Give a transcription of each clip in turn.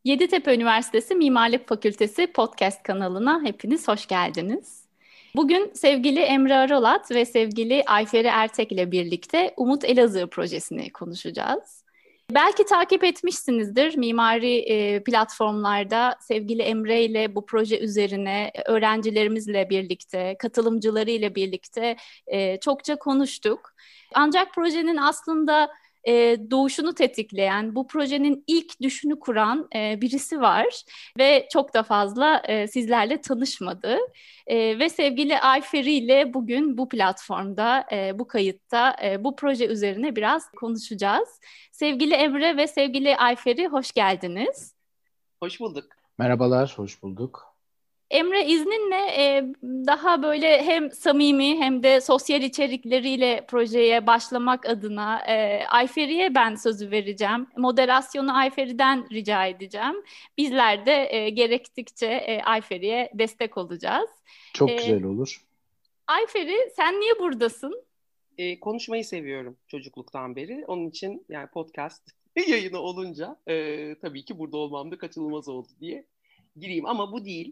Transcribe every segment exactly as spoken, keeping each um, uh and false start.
Yeditepe Üniversitesi Mimarlık Fakültesi Podcast kanalına hepiniz hoş geldiniz. Bugün sevgili Emre Aralat ve sevgili Ayferi Ertek ile birlikte Umut Elazığ projesini konuşacağız. Belki takip etmişsinizdir mimari e, platformlarda sevgili Emre ile bu proje üzerine öğrencilerimizle birlikte, katılımcılarıyla birlikte e, çokça konuştuk. Ancak projenin aslında e, doğuşunu tetikleyen, bu projenin ilk düşünü kuran e, birisi var ve çok da fazla e, sizlerle tanışmadı. E, ve sevgili Ayferi ile bugün bu platformda, e, bu kayıtta e, bu proje üzerine biraz konuşacağız. Sevgili Emre ve sevgili Ayferi hoş geldiniz. Hoş bulduk. Merhabalar, hoş bulduk. Emre izninle e, daha böyle hem samimi hem de sosyal içerikleriyle projeye başlamak adına e, Ayferi'ye ben sözü vereceğim. Moderasyonu Ayferi'den rica edeceğim. Bizler de e, gerektikçe e, Ayferi'ye destek olacağız. Çok E, güzel olur. Ayferi sen niye buradasın? Ee, konuşmayı seviyorum çocukluktan beri. Onun için yani podcast yayını olunca e, tabii ki burada olmam da kaçınılmaz oldu diye gireyim. Ama bu değil.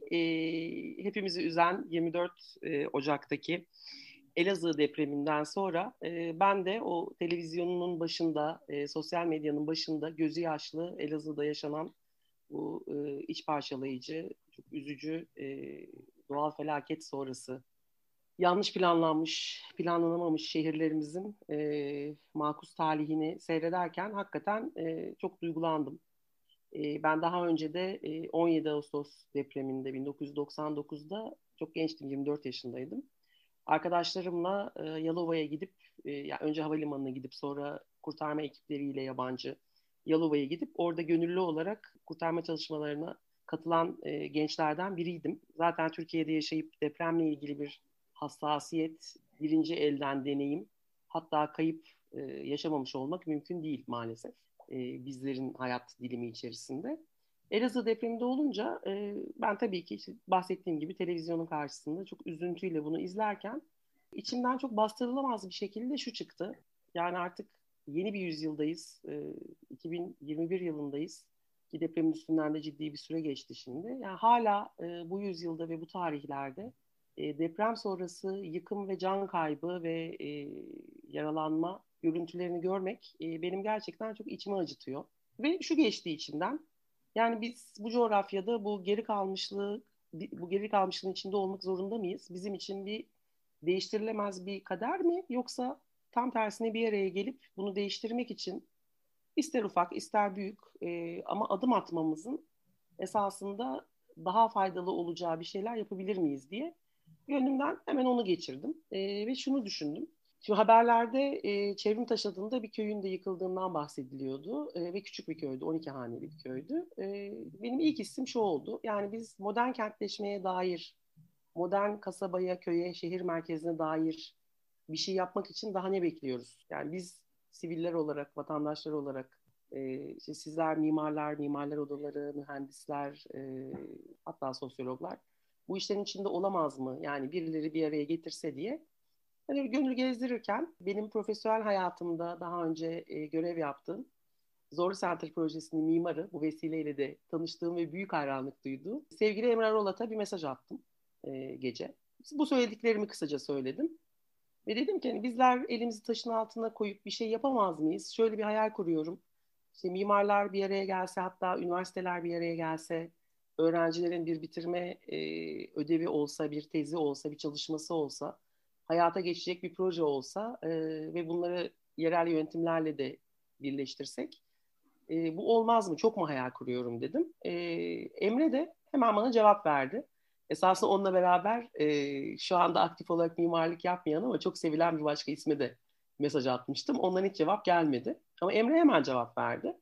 E, hepimizi üzen yirmi dört e, Ocak'taki Elazığ depreminden sonra e, ben de o televizyonun başında, e, sosyal medyanın başında gözü yaşlı Elazığ'da yaşanan bu e, iç parçalayıcı, çok üzücü e, doğal felaket sonrası yanlış planlanmış, planlanamamış şehirlerimizin e, makus talihini seyrederken hakikaten e, çok duygulandım. E, ben daha önce de e, on yedi Ağustos depreminde bin dokuz yüz doksan dokuzda çok gençtim, yirmi dört yaşındaydım. Arkadaşlarımla e, Yalova'ya gidip, e, yani önce havalimanına gidip sonra kurtarma ekipleriyle yabancı Yalova'ya gidip orada gönüllü olarak kurtarma çalışmalarına katılan e, gençlerden biriydim. Zaten Türkiye'de yaşayıp depremle ilgili bir hassasiyet, birinci elden deneyim, hatta kayıp e, yaşamamış olmak mümkün değil maalesef e, bizlerin hayat dilimi içerisinde. Elazığ depreminde olunca e, ben tabii ki işte bahsettiğim gibi televizyonun karşısında çok üzüntüyle bunu izlerken içimden çok bastırılamaz bir şekilde şu çıktı. Yani artık yeni bir yüzyıldayız. E, iki bin yirmi bir yılındayız. Ki depremin üstünden de ciddi bir süre geçti şimdi. Yani hala e, bu yüzyılda ve bu tarihlerde e, deprem sonrası yıkım ve can kaybı ve e, yaralanma görüntülerini görmek e, benim gerçekten çok içimi acıtıyor. Ve şu geçti içimden. Yani biz bu coğrafyada bu geri kalmışlığı, bu geri kalmışlığın içinde olmak zorunda mıyız? Bizim için bir değiştirilemez bir kader mi? Yoksa tam tersine bir araya gelip bunu değiştirmek için ister ufak ister büyük e, ama adım atmamızın esasında daha faydalı olacağı bir şeyler yapabilir miyiz diye gönlümden hemen onu geçirdim. E, ve şunu düşündüm. Şimdi haberlerde e, Çevrimtaş adında bir köyün de yıkıldığından bahsediliyordu. E, ve küçük bir köydü, on iki haneli bir köydü. E, benim ilk hissim şu oldu. Yani biz modern kentleşmeye dair, modern kasabaya, köye, şehir merkezine dair bir şey yapmak için daha ne bekliyoruz? Yani biz siviller olarak, vatandaşlar olarak, e, işte sizler mimarlar, mimarlar odaları, mühendisler, e, hatta sosyologlar bu işlerin içinde olamaz mı? Yani birileri bir araya getirse diye. Hani gönül gezdirirken benim profesyonel hayatımda daha önce e, görev yaptığım Zorlu Center projesinin mimarı, bu vesileyle de tanıştığım ve büyük hayranlık duyduğum sevgili Emre Rolat'a bir mesaj attım e, gece. Bu söylediklerimi kısaca söyledim. Ve dedim ki hani bizler elimizi taşın altına koyup bir şey yapamaz mıyız? Şöyle bir hayal kuruyorum. İşte mimarlar bir araya gelse, hatta üniversiteler bir araya gelse, öğrencilerin bir bitirme e, ödevi olsa, bir tezi olsa, bir çalışması olsa, hayata geçecek bir proje olsa e, ve bunları yerel yönetimlerle de birleştirsek, e, bu olmaz mı? Çok mu hayal kuruyorum dedim. E, Emre de hemen bana cevap verdi. Esasında onunla beraber e, şu anda aktif olarak mimarlık yapmayan ama çok sevilen bir başka isme de mesaj atmıştım. Ondan hiç cevap gelmedi. Ama Emre hemen cevap verdi.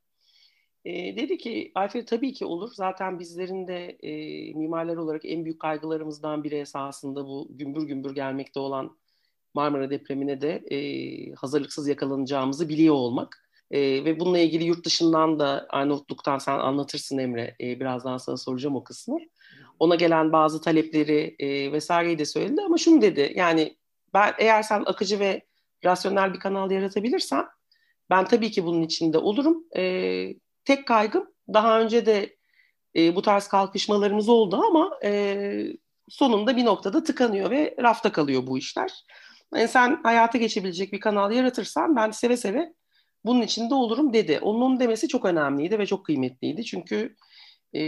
E, dedi ki Ayfer tabii ki olur. Zaten bizlerin de e, mimarlar olarak en büyük kaygılarımızdan biri esasında bu gümbür gümbür gelmekte olan Marmara depremine de e, hazırlıksız yakalanacağımızı biliyor olmak. E, ve bununla ilgili yurt dışından da Arnavutluk'tan sen anlatırsın Emre. E, birazdan sana soracağım o kısmı. Ona gelen bazı talepleri e, vesaireyi de söyledi ama şunu dedi. Yani ben eğer sen akıcı ve rasyonel bir kanal yaratabilirsen ben tabii ki bunun içinde olurum. E, tek kaygım daha önce de E, bu tarz kalkışmalarımız oldu ama e, sonunda bir noktada tıkanıyor ve rafta kalıyor bu işler. Yani sen hayata geçebilecek bir kanal yaratırsan ben seve seve bunun içinde olurum dedi. Onun demesi çok önemliydi ve çok kıymetliydi. Çünkü e,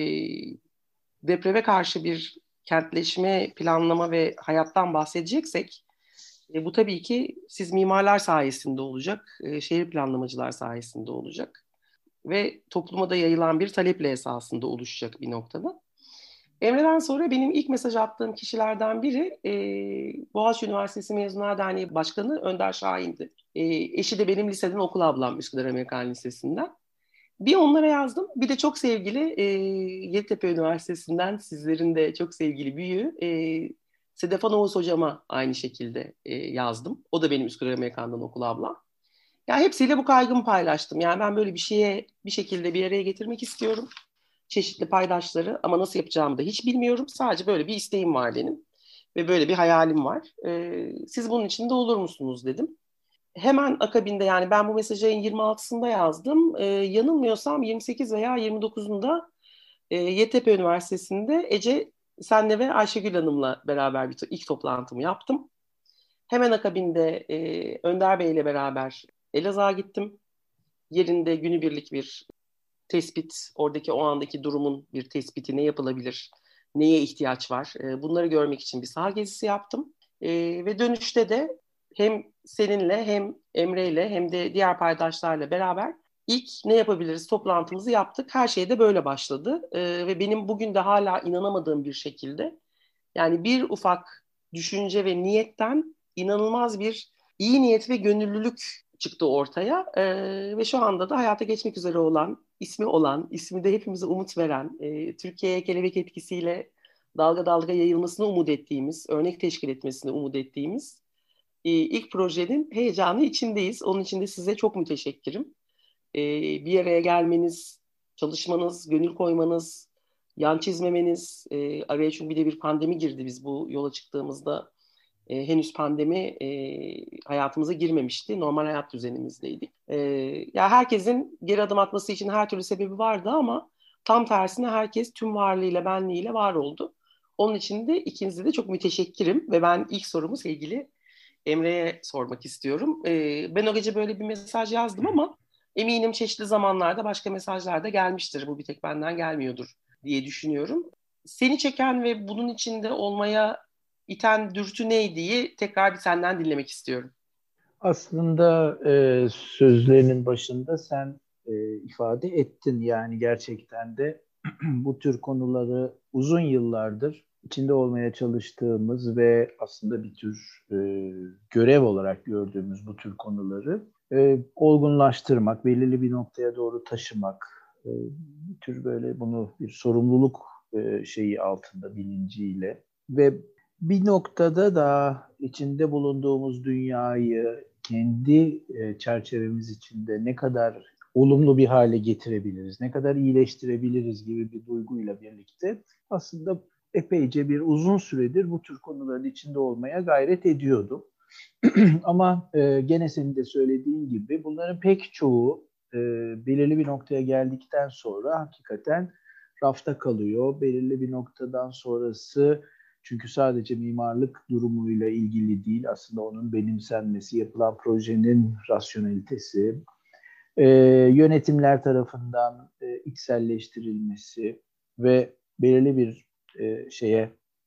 depreme karşı bir kentleşme, planlama ve hayattan bahsedeceksek e, bu tabii ki siz mimarlar sayesinde olacak, e, şehir planlamacılar sayesinde olacak ve topluma da yayılan bir taleple esasında oluşacak bir noktada. Emre'den sonra benim ilk mesaj attığım kişilerden biri e, Boğaziçi Üniversitesi Mezunlar Derneği Başkanı Önder Şahin'di. E, eşi de benim liseden okul ablam Üsküdar Amerikan Lisesi'nden. Bir onlara yazdım. Bir de çok sevgili e, Yeditepe Üniversitesi'nden sizlerin de çok sevgili büyüğü e, Sedefan Oğuz hocama aynı şekilde e, yazdım. O da benim Üsküdar Amerikan'dan okul ablam. Yani hepsiyle bu kaygımı paylaştım. Yani ben böyle bir şeye bir şekilde bir araya getirmek istiyorum. Çeşitli paydaşları ama nasıl yapacağımı da hiç bilmiyorum. Sadece böyle bir isteğim var benim. Ve böyle bir hayalim var. Ee, siz bunun içinde olur musunuz dedim. Hemen akabinde yani ben bu mesajı ayın yirmi altısında yazdım. Ee, yanılmıyorsam yirmi sekiz veya yirmi dokuzunda e, Yeditepe Üniversitesi'nde Ece senle ve Ayşegül Hanım'la beraber bir to- ilk toplantımı yaptım. Hemen akabinde e, Önder Bey ile beraber Elazığ'a gittim. Yerinde günübirlik bir tespit, oradaki o andaki durumun bir tespiti ne yapılabilir, neye ihtiyaç var, e, bunları görmek için bir saha gezisi yaptım. E, ve dönüşte de hem seninle hem Emre'yle hem de diğer paydaşlarla beraber ilk ne yapabiliriz toplantımızı yaptık. Her şey de böyle başladı e, ve benim bugün de hala inanamadığım bir şekilde yani bir ufak düşünce ve niyetten inanılmaz bir iyi niyet ve gönüllülük çıktı ortaya. Ee, ve şu anda da hayata geçmek üzere olan, ismi olan, ismi de hepimize umut veren, e, Türkiye'ye kelebek etkisiyle dalga dalga yayılmasını umut ettiğimiz, örnek teşkil etmesini umut ettiğimiz e, ilk projenin heyecanı içindeyiz. Onun için de size çok müteşekkirim. E, bir araya gelmeniz, çalışmanız, gönül koymanız, yan çizmemeniz, e, araya çünkü bir de bir pandemi girdi biz bu yola çıktığımızda. E, henüz pandemi e, hayatımıza girmemişti. Normal hayat düzenimizdeydik. E, ya herkesin geri adım atması için her türlü sebebi vardı ama tam tersine herkes tüm varlığıyla, benliğiyle var oldu. Onun için de ikinize de çok müteşekkirim ve ben ilk sorumu sevgili Emre'ye sormak istiyorum. E, ben o gece böyle bir mesaj yazdım ama eminim çeşitli zamanlarda başka mesajlar da gelmiştir. Bu bir tek benden gelmiyordur diye düşünüyorum. Seni çeken ve bunun içinde olmaya iten dürtü neydi? Tekrar bir senden dinlemek istiyorum. Aslında e, sözlerinin başında sen e, ifade ettin. Yani gerçekten de bu tür konuları uzun yıllardır içinde olmaya çalıştığımız ve aslında bir tür e, görev olarak gördüğümüz bu tür konuları e, olgunlaştırmak, belirli bir noktaya doğru taşımak, e, bir tür böyle bunu bir sorumluluk e, şeyi altında bilinciyle ve bir noktada da içinde bulunduğumuz dünyayı kendi e, çerçevemiz içinde ne kadar olumlu bir hale getirebiliriz, ne kadar iyileştirebiliriz gibi bir duyguyla birlikte aslında epeyce bir uzun süredir bu tür konuların içinde olmaya gayret ediyordum. Ama e, gene senin de söylediğin gibi bunların pek çoğu e, belirli bir noktaya geldikten sonra hakikaten rafta kalıyor. Belirli bir noktadan sonrası çünkü sadece mimarlık durumuyla ilgili değil, aslında onun benimsenmesi, yapılan projenin rasyonelitesi, e, yönetimler tarafından e, içselleştirilmesi ve belirli bir e, şeye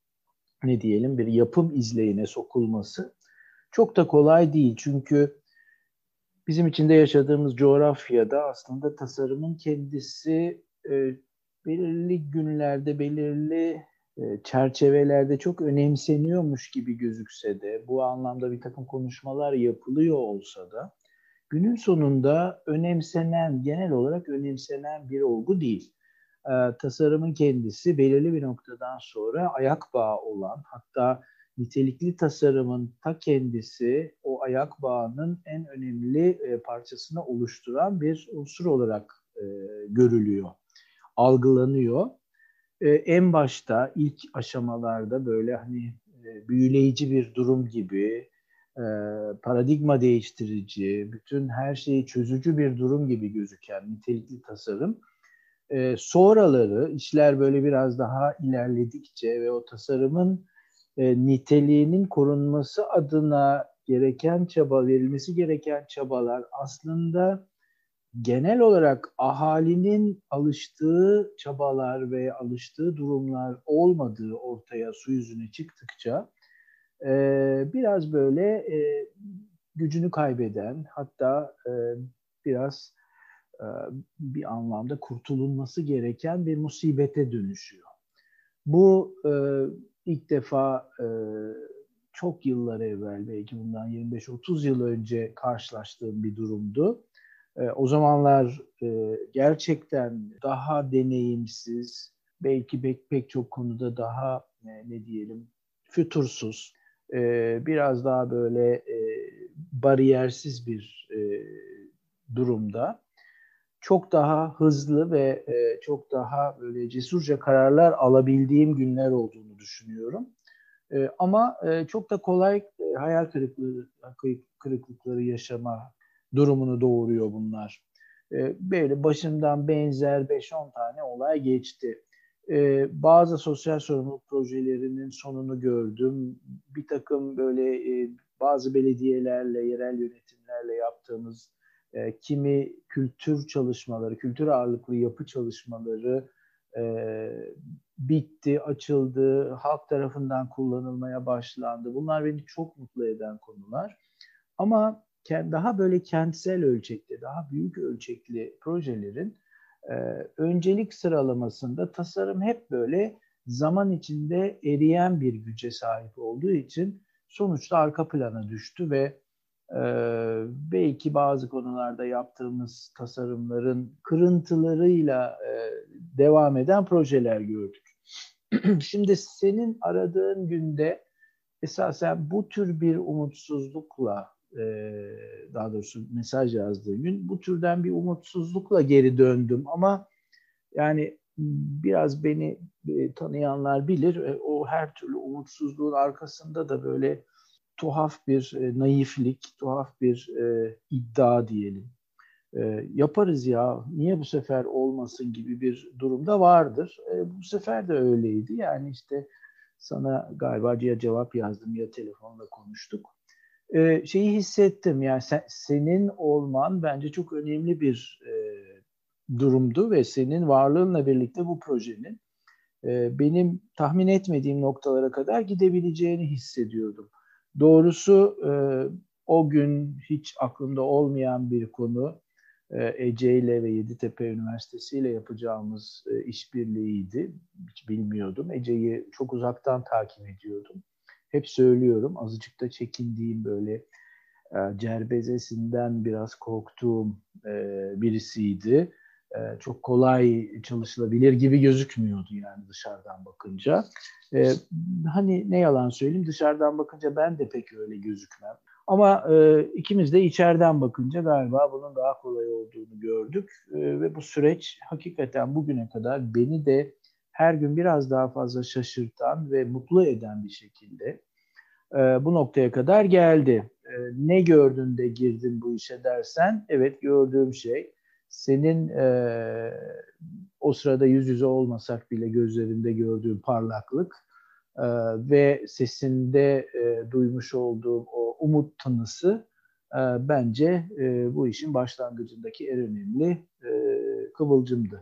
ne diyelim bir yapım izleyine sokulması çok da kolay değil. Çünkü bizim içinde yaşadığımız coğrafyada aslında tasarımın kendisi e, belirli günlerde, belirli e, çerçevelerde çok önemseniyormuş gibi gözükse de, bu anlamda bir takım konuşmalar yapılıyor olsa da, günün sonunda önemsenen, genel olarak önemsenen bir olgu değil. E, tasarımın kendisi belirli bir noktadan sonra ayak bağı olan, hatta nitelikli tasarımın ta kendisi o ayak bağının en önemli e, parçasını oluşturan bir unsur olarak e, görülüyor, algılanıyor. E, en başta ilk aşamalarda böyle hani e, büyüleyici bir durum gibi, e, paradigma değiştirici, bütün her şeyi çözücü bir durum gibi gözüken nitelikli tasarım E, sonraları işler böyle biraz daha ilerledikçe ve o tasarımın e, niteliğinin korunması adına gereken çaba, verilmesi gereken çabalar aslında genel olarak ahalinin alıştığı çabalar ve alıştığı durumlar olmadığı ortaya su yüzüne çıktıkça e, biraz böyle e, gücünü kaybeden, hatta e, biraz e, bir anlamda kurtulunması gereken bir musibete dönüşüyor. Bu e, ilk defa e, çok yıllar evvel, belki bundan yirmi beş otuz yıl önce karşılaştığım bir durumdu. E, o zamanlar e, gerçekten daha deneyimsiz, belki pek, pek çok konuda daha e, ne diyelim fütursuz, e, biraz daha böyle e, bariyersiz bir e, durumda çok daha hızlı ve e, çok daha böyle cesurca kararlar alabildiğim günler olduğunu düşünüyorum. E, ama e, çok da kolay e, hayal kırıklığı, kırıklıkları yaşama durumunu doğuruyor bunlar. E, böyle başımdan benzer beş on tane olay geçti. E, bazı sosyal sorumluluk projelerinin sonunu gördüm. Bir takım böyle e, bazı belediyelerle, yerel yönetimlerle yaptığımız e, kimi kültür çalışmaları, kültür ağırlıklı yapı çalışmaları e, bitti, açıldı, halk tarafından kullanılmaya başlandı. Bunlar beni çok mutlu eden konular. Ama daha böyle kentsel ölçekte, daha büyük ölçekli projelerin e, öncelik sıralamasında tasarım hep böyle zaman içinde eriyen bir güce sahip olduğu için sonuçta arka plana düştü ve e, belki bazı konularda yaptığımız tasarımların kırıntılarıyla e, devam eden projeler gördük. Şimdi senin aradığın günde esasen bu tür bir umutsuzlukla, daha doğrusu mesaj yazdığım gün bu türden bir umutsuzlukla geri döndüm. Ama yani biraz beni tanıyanlar bilir, o her türlü umutsuzluğun arkasında da böyle tuhaf bir naiflik, tuhaf bir iddia diyelim. Yaparız ya, niye bu sefer olmasın gibi bir durumda vardır. Bu sefer de öyleydi. Yani işte sana galiba ya cevap yazdım ya telefonla konuştuk. Ee, şeyi hissettim, yani sen, senin olman bence çok önemli bir e, durumdu ve senin varlığınla birlikte bu projenin e, benim tahmin etmediğim noktalara kadar gidebileceğini hissediyordum. Doğrusu e, o gün hiç aklımda olmayan bir konu e, Ece ile ve Yeditepe Üniversitesi ile yapacağımız e, işbirliğiydi. Hiç bilmiyordum. Ece'yi çok uzaktan takip ediyordum. Hep söylüyorum, azıcık da çekindiğim, böyle e, cerbezesinden biraz korktuğum e, birisiydi. E, çok kolay çalışılabilir gibi gözükmüyordu yani dışarıdan bakınca. E, hani ne yalan söyleyeyim, dışarıdan bakınca ben de pek öyle gözükmem. Ama e, ikimiz de içeriden bakınca galiba bunun daha kolay olduğunu gördük. E, ve bu süreç hakikaten bugüne kadar beni de her gün biraz daha fazla şaşırtan ve mutlu eden bir şekilde e, bu noktaya kadar geldi. E, ne gördün de girdin bu işe dersen, evet, gördüğüm şey senin e, o sırada yüz yüze olmasak bile gözlerinde gördüğüm parlaklık e, ve sesinde e, duymuş olduğum o umut tınısı e, bence e, bu işin başlangıcındaki en önemli e, kıvılcımdı.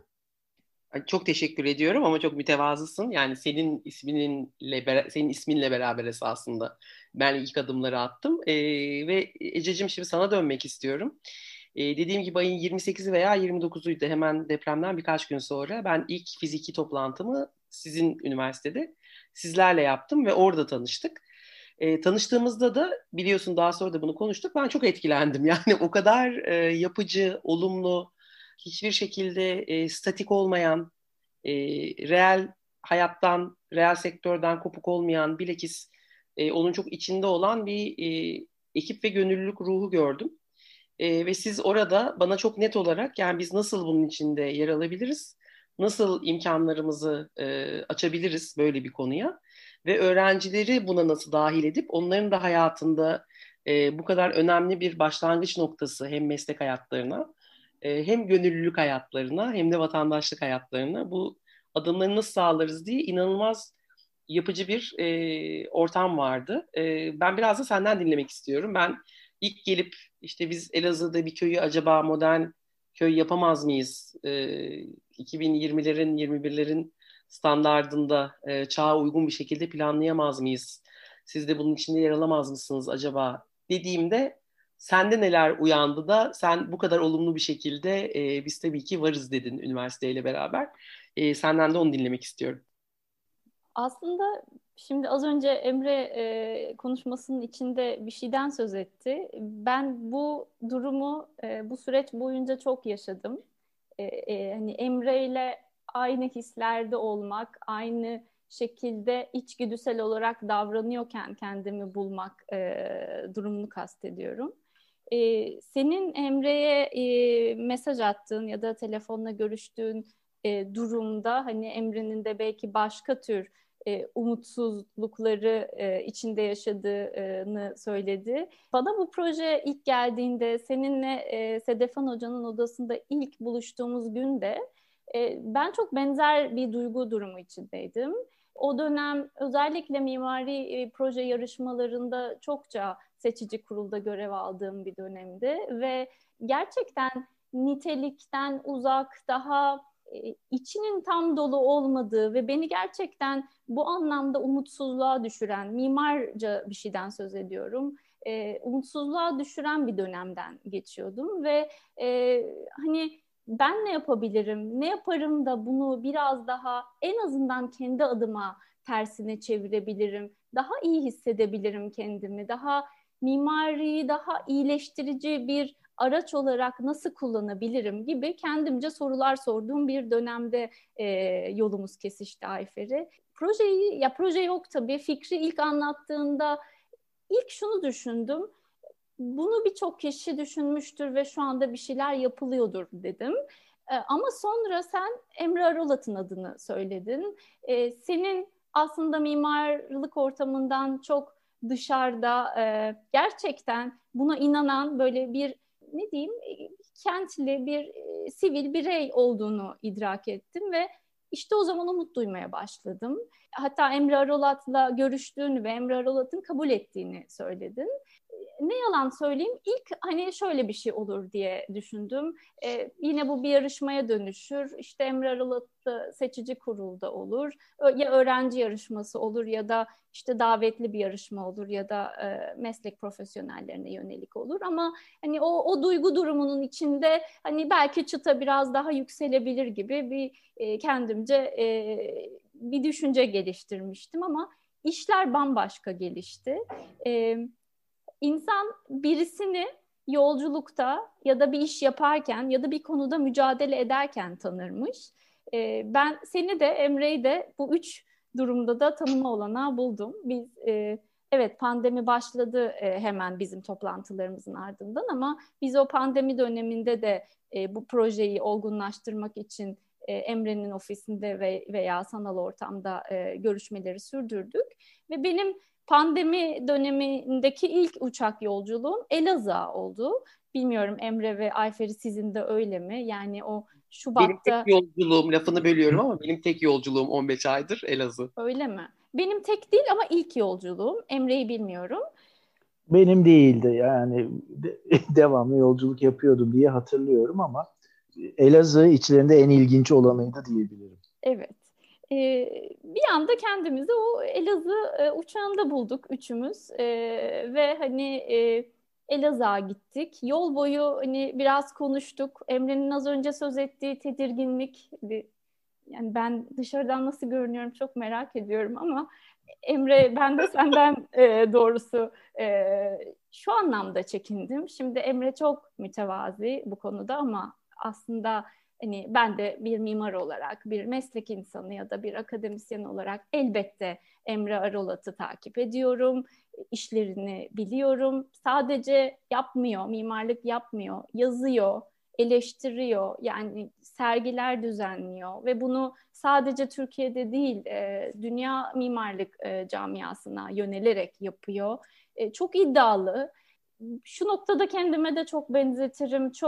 Çok teşekkür ediyorum ama çok mütevazısın. Yani senin ismininle senin isminle beraber esasında ben ilk adımları attım. Ee, ve Ececiğim, şimdi sana dönmek istiyorum. Ee, dediğim gibi ayın yirmi sekizi veya yirmi dokuzuydu, hemen depremden birkaç gün sonra. Ben ilk fiziki toplantımı sizin üniversitede sizlerle yaptım ve orada tanıştık. E, tanıştığımızda da biliyorsun, daha sonra da bunu konuştuk. Ben çok etkilendim. Yani o kadar e, yapıcı, olumlu, hiçbir şekilde e, statik olmayan, e, reel hayattan, reel sektörden kopuk olmayan, bilakis e, onun çok içinde olan bir e, ekip ve gönüllülük ruhu gördüm. E, ve siz orada bana çok net olarak, yani biz nasıl bunun içinde yer alabiliriz, nasıl imkanlarımızı e, açabiliriz böyle bir konuya ve öğrencileri buna nasıl dahil edip onların da hayatında e, bu kadar önemli bir başlangıç noktası hem meslek hayatlarına e, hem gönüllülük hayatlarına hem de vatandaşlık hayatlarına bu adımları nasıl sağlarız diye inanılmaz yapıcı bir e, ortam vardı. E, ben biraz da senden dinlemek istiyorum. Ben ilk gelip işte biz Elazığ'da bir köyü acaba modern köy yapamaz mıyız? E, iki bin yirmilerin, yirmi birlerin standardında e, çağa uygun bir şekilde planlayamaz mıyız? Siz de bunun içinde yer alamaz mısınız acaba dediğimde sende neler uyandı da sen bu kadar olumlu bir şekilde e, biz tabii ki varız dedin üniversiteyle beraber. E, senden de onu dinlemek istiyorum. Aslında şimdi az önce Emre e, konuşmasının içinde bir şeyden söz etti. Ben bu durumu e, bu süreç boyunca çok yaşadım. E, e, hani Emre ile aynı hislerde olmak, aynı şekilde içgüdüsel olarak davranıyorken kendimi bulmak e, durumunu kastediyorum. E, senin Emre'ye e, mesaj attığın ya da telefonla görüştüğün e, durumda hani Emre'nin de belki başka tür e, umutsuzlukları e, içinde yaşadığını söyledi. Bana bu proje ilk geldiğinde seninle e, Sedefan Hoca'nın odasında ilk buluştuğumuz günde e, ben çok benzer bir duygu durumu içindeydim. O dönem özellikle mimari e, proje yarışmalarında çokça seçici kurulda görev aldığım bir dönemdi ve gerçekten nitelikten uzak, daha e, içinin tam dolu olmadığı ve beni gerçekten bu anlamda umutsuzluğa düşüren, mimarca bir şeyden söz ediyorum, e, umutsuzluğa düşüren bir dönemden geçiyordum ve e, hani ben ne yapabilirim, ne yaparım da bunu biraz daha en azından kendi adıma tersine çevirebilirim, daha iyi hissedebilirim kendimi, daha mimariyi daha iyileştirici bir araç olarak nasıl kullanabilirim gibi kendimce sorular sorduğum bir dönemde e, yolumuz kesişti Ayfer'i. Projeyi, ya proje yok tabii. Fikri ilk anlattığında ilk şunu düşündüm. Bunu birçok kişi düşünmüştür ve şu anda bir şeyler yapılıyordur dedim. E, ama sonra sen Emre Arolat'ın adını söyledin. E, senin aslında mimarlık ortamından çok dışarıda e, gerçekten buna inanan böyle bir ne diyeyim kentli bir e, sivil birey olduğunu idrak ettim ve işte o zaman umut duymaya başladım. Hatta Emre Arolat'la görüştüğünü ve Emre Arolat'ın kabul ettiğini söyledin. Ne yalan söyleyeyim ilk hani şöyle bir şey olur diye düşündüm. Ee, yine bu bir yarışmaya dönüşür. İşte Emre Aralık'ta seçici kurulda olur. Ya öğrenci yarışması olur ya da işte davetli bir yarışma olur ya da e, meslek profesyonellerine yönelik olur. Ama hani o, o duygu durumunun içinde hani belki çıta biraz daha yükselebilir gibi bir e, kendimce e, bir düşünce geliştirmiştim ama işler bambaşka gelişti. Evet. İnsan birisini yolculukta ya da bir iş yaparken ya da bir konuda mücadele ederken tanırmış. Ee, ben seni de Emre'yi de bu üç durumda da tanıma olanağı buldum. Biz e, evet pandemi başladı e, hemen bizim toplantılarımızın ardından ama biz o pandemi döneminde de e, bu projeyi olgunlaştırmak için e, Emre'nin ofisinde ve veya sanal ortamda e, görüşmeleri sürdürdük ve benim pandemi dönemindeki ilk uçak yolculuğum Elazığ oldu. Bilmiyorum Emre ve Ayfer'i sizin de öyle mi? Yani o Benim tek Şubat'ta... yolculuğum, lafını bölüyorum ama benim tek yolculuğum on beş aydır Elazığ. Öyle mi? Benim tek değil ama ilk yolculuğum. Emre'yi bilmiyorum. Benim değildi yani de, devamlı yolculuk yapıyordum diye hatırlıyorum ama Elazığ içlerinde en ilginç olanıydı diyebilirim. Evet. Ee, bir anda kendimizi o Elazığ e, uçağında bulduk üçümüz ee, ve hani e, Elazığ'a gittik. Yol boyu hani biraz konuştuk. Emre'nin az önce söz ettiği tedirginlik, yani ben dışarıdan nasıl görünüyorum çok merak ediyorum ama Emre ben de senden e, doğrusu e, şu anlamda çekindim. Şimdi Emre çok mütevazi bu konuda ama aslında hani ben de bir mimar olarak, bir meslek insanı ya da bir akademisyen olarak elbette Emre Arolat'ı takip ediyorum. İşlerini biliyorum. Sadece yapmıyor, mimarlık yapmıyor, yazıyor, eleştiriyor. Yani sergiler düzenliyor ve bunu sadece Türkiye'de değil, e, dünya mimarlık e, camiasına yönelerek yapıyor. E, çok iddialı. Şu noktada kendime de çok benzetirim. Çok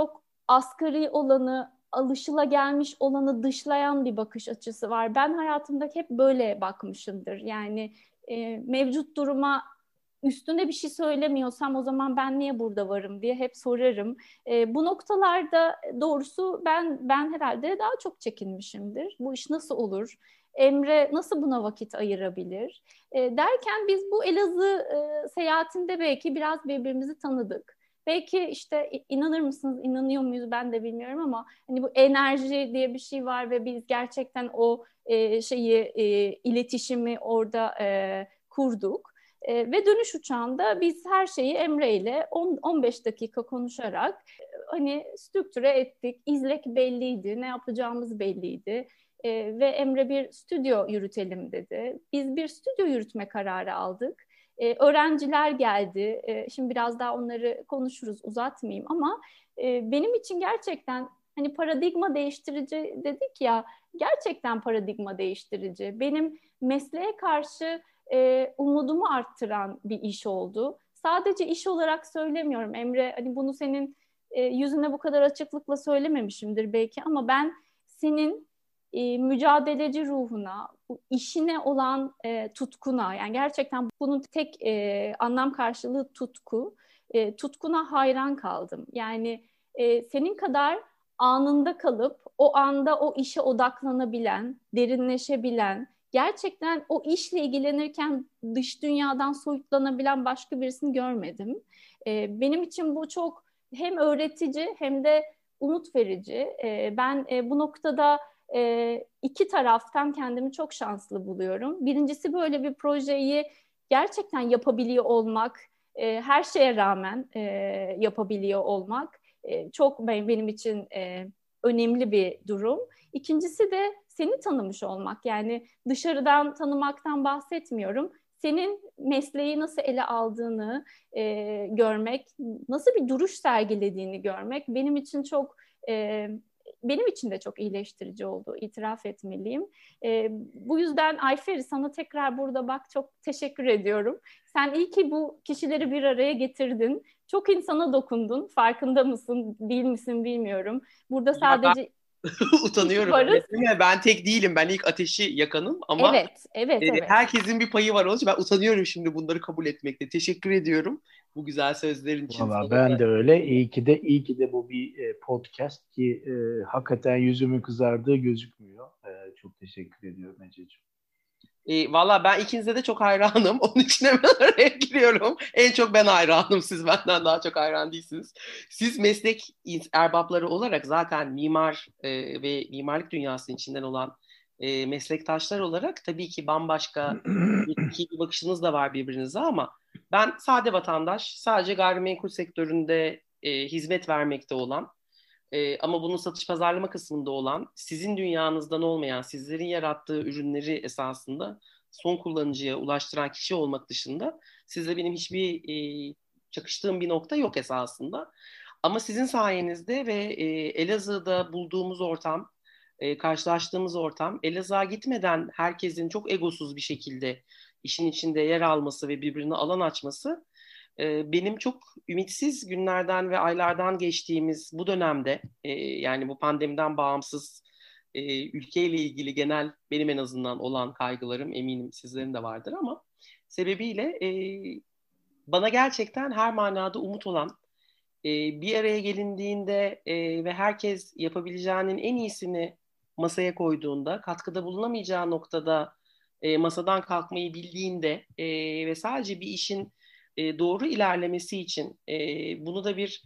asgari olanı, alışılagelmiş olanı dışlayan bir bakış açısı var. Ben hayatımda hep böyle bakmışımdır. Yani e, mevcut duruma üstünde bir şey söylemiyorsam o zaman ben niye burada varım diye hep sorarım. E, bu noktalarda doğrusu ben ben herhalde daha çok çekinmişimdir. Bu iş nasıl olur? Emre nasıl buna vakit ayırabilir? E, derken biz bu Elazığ e, seyahatinde belki biraz birbirimizi tanıdık. Belki işte inanır mısınız, inanıyor muyuz ben de bilmiyorum ama hani bu enerji diye bir şey var ve biz gerçekten o e, şeyi e, iletişimi orada e, kurduk. E, ve dönüş uçağında biz her şeyi Emre ile on on beş dakika konuşarak e, hani strüktüre ettik. İzlek belliydi, ne yapacağımız belliydi. E, ve Emre bir stüdyo yürütelim dedi. Biz bir stüdyo yürütme kararı aldık. Ee, öğrenciler geldi. Ee, şimdi biraz daha onları konuşuruz, uzatmayayım ama e, benim için gerçekten hani paradigma değiştirici dedik ya, gerçekten paradigma değiştirici. Benim mesleğe karşı e, umudumu arttıran bir iş oldu. Sadece iş olarak söylemiyorum Emre, hani bunu senin e, yüzüne bu kadar açıklıkla söylememişimdir belki ama ben senin e, mücadeleci ruhuna, bu işine olan e, tutkuna, yani gerçekten bunun tek e, anlam karşılığı tutku, e, tutkuna hayran kaldım. Yani e, senin kadar anında kalıp o anda o işe odaklanabilen, derinleşebilen, gerçekten o işle ilgilenirken dış dünyadan soyutlanabilen başka birisini görmedim. E, benim için bu çok hem öğretici hem de umut verici. E, ben e, bu noktada e, iki taraftan kendimi çok şanslı buluyorum. Birincisi böyle bir projeyi gerçekten yapabiliyor olmak, e, her şeye rağmen e, yapabiliyor olmak e, çok benim için e, önemli bir durum. İkincisi de seni tanımış olmak, yani dışarıdan tanımaktan bahsetmiyorum. Senin mesleği nasıl ele aldığını e, görmek, nasıl bir duruş sergilediğini görmek benim için çok e, benim için de çok iyileştirici oldu, itiraf etmeliyim. E, bu yüzden Ayferi, sana tekrar burada bak çok teşekkür ediyorum. Sen iyi ki bu kişileri bir araya getirdin. Çok insana dokundun. Farkında mısın, değil misin bilmiyorum. Burada Ya ben sadece utanıyorum. varız. Evet, ben tek değilim. Ben ilk ateşi yakanım ama Evet, evet, e, evet. herkesin bir payı var. Onun için ben utanıyorum şimdi bunları kabul etmekte. Teşekkür ediyorum bu güzel sözlerin için. Valla Sana ben da. de öyle. İyi ki de iyi ki de bu bir e, podcast ki e, hakikaten yüzümün kızardığı gözükmüyor. E, çok teşekkür ediyorum Ececiğim. E, Valla ben ikinize de çok hayranım. Onun için hemen araya giriyorum. En çok ben hayranım. Siz benden daha çok hayran değilsiniz. Siz meslek erbapları olarak zaten mimar e, ve mimarlık dünyasının içinden olan e, meslektaşlar olarak tabii ki bambaşka bir bakışınız da var birbirinize ama ben sade vatandaş, sadece gayrimenkul sektöründe e, hizmet vermekte olan e, ama bunun satış pazarlama kısmında olan, sizin dünyanızdan olmayan, sizlerin yarattığı ürünleri esasında son kullanıcıya ulaştıran kişi olmak dışında sizle benim hiçbir e, çakıştığım bir nokta yok esasında. Ama sizin sayenizde ve e, Elazığ'da bulduğumuz ortam, e, karşılaştığımız ortam, Elazığ'a gitmeden herkesin çok egosuz bir şekilde işin içinde yer alması ve birbirine alan açması e, benim çok ümitsiz günlerden ve aylardan geçtiğimiz bu dönemde, e, yani bu pandemiden bağımsız e, ülkeyle ilgili genel benim en azından olan kaygılarım, eminim sizlerin de vardır ama sebebiyle e, bana gerçekten her manada umut olan, e, bir araya gelindiğinde e, ve herkes yapabileceğinin en iyisini masaya koyduğunda, katkıda bulunamayacağı noktada e, masadan kalkmayı bildiğinde e, ve sadece bir işin e, doğru ilerlemesi için e, bunu da bir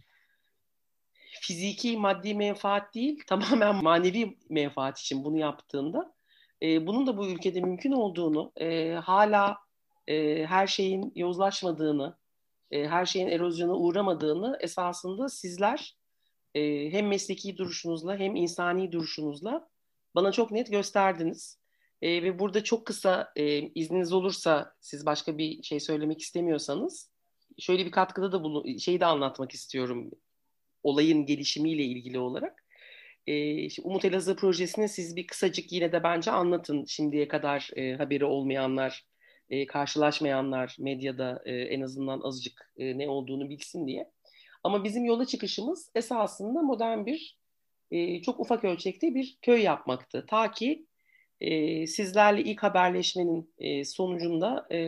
fiziki, maddi menfaat değil, tamamen manevi menfaat için bunu yaptığında e, bunun da bu ülkede mümkün olduğunu, e, hala e, her şeyin yozlaşmadığını, e, her şeyin erozyona uğramadığını esasında sizler e, hem mesleki duruşunuzla hem insani duruşunuzla bana çok net gösterdiniz. E, ve burada çok kısa, e, izniniz olursa, siz başka bir şey söylemek istemiyorsanız, şöyle bir katkıda da bunu şeyi de anlatmak istiyorum olayın gelişimiyle ilgili olarak. E, şimdi Umut Elazığ projesini siz bir kısacık yine de bence anlatın, şimdiye kadar e, haberi olmayanlar, e, karşılaşmayanlar medyada e, en azından azıcık e, ne olduğunu bilsin diye. Ama bizim yola çıkışımız esasında modern bir, e, çok ufak ölçekte bir köy yapmaktı. Ta ki e, sizlerle ilk haberleşmenin e, sonucunda e,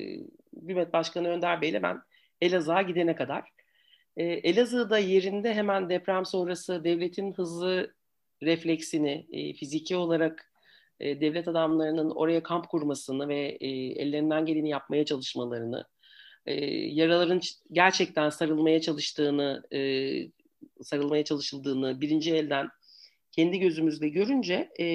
Bümet Başkanı Önder Bey'le ben Elazığ'a gidene kadar. E, Elazığ'da yerinde hemen deprem sonrası devletin hızlı refleksini, e, fiziki olarak e, devlet adamlarının oraya kamp kurmasını ve e, ellerinden geleni yapmaya çalışmalarını, e, yaraların gerçekten sarılmaya çalıştığını, e, sarılmaya çalışıldığını birinci elden kendi gözümüzle görünce e,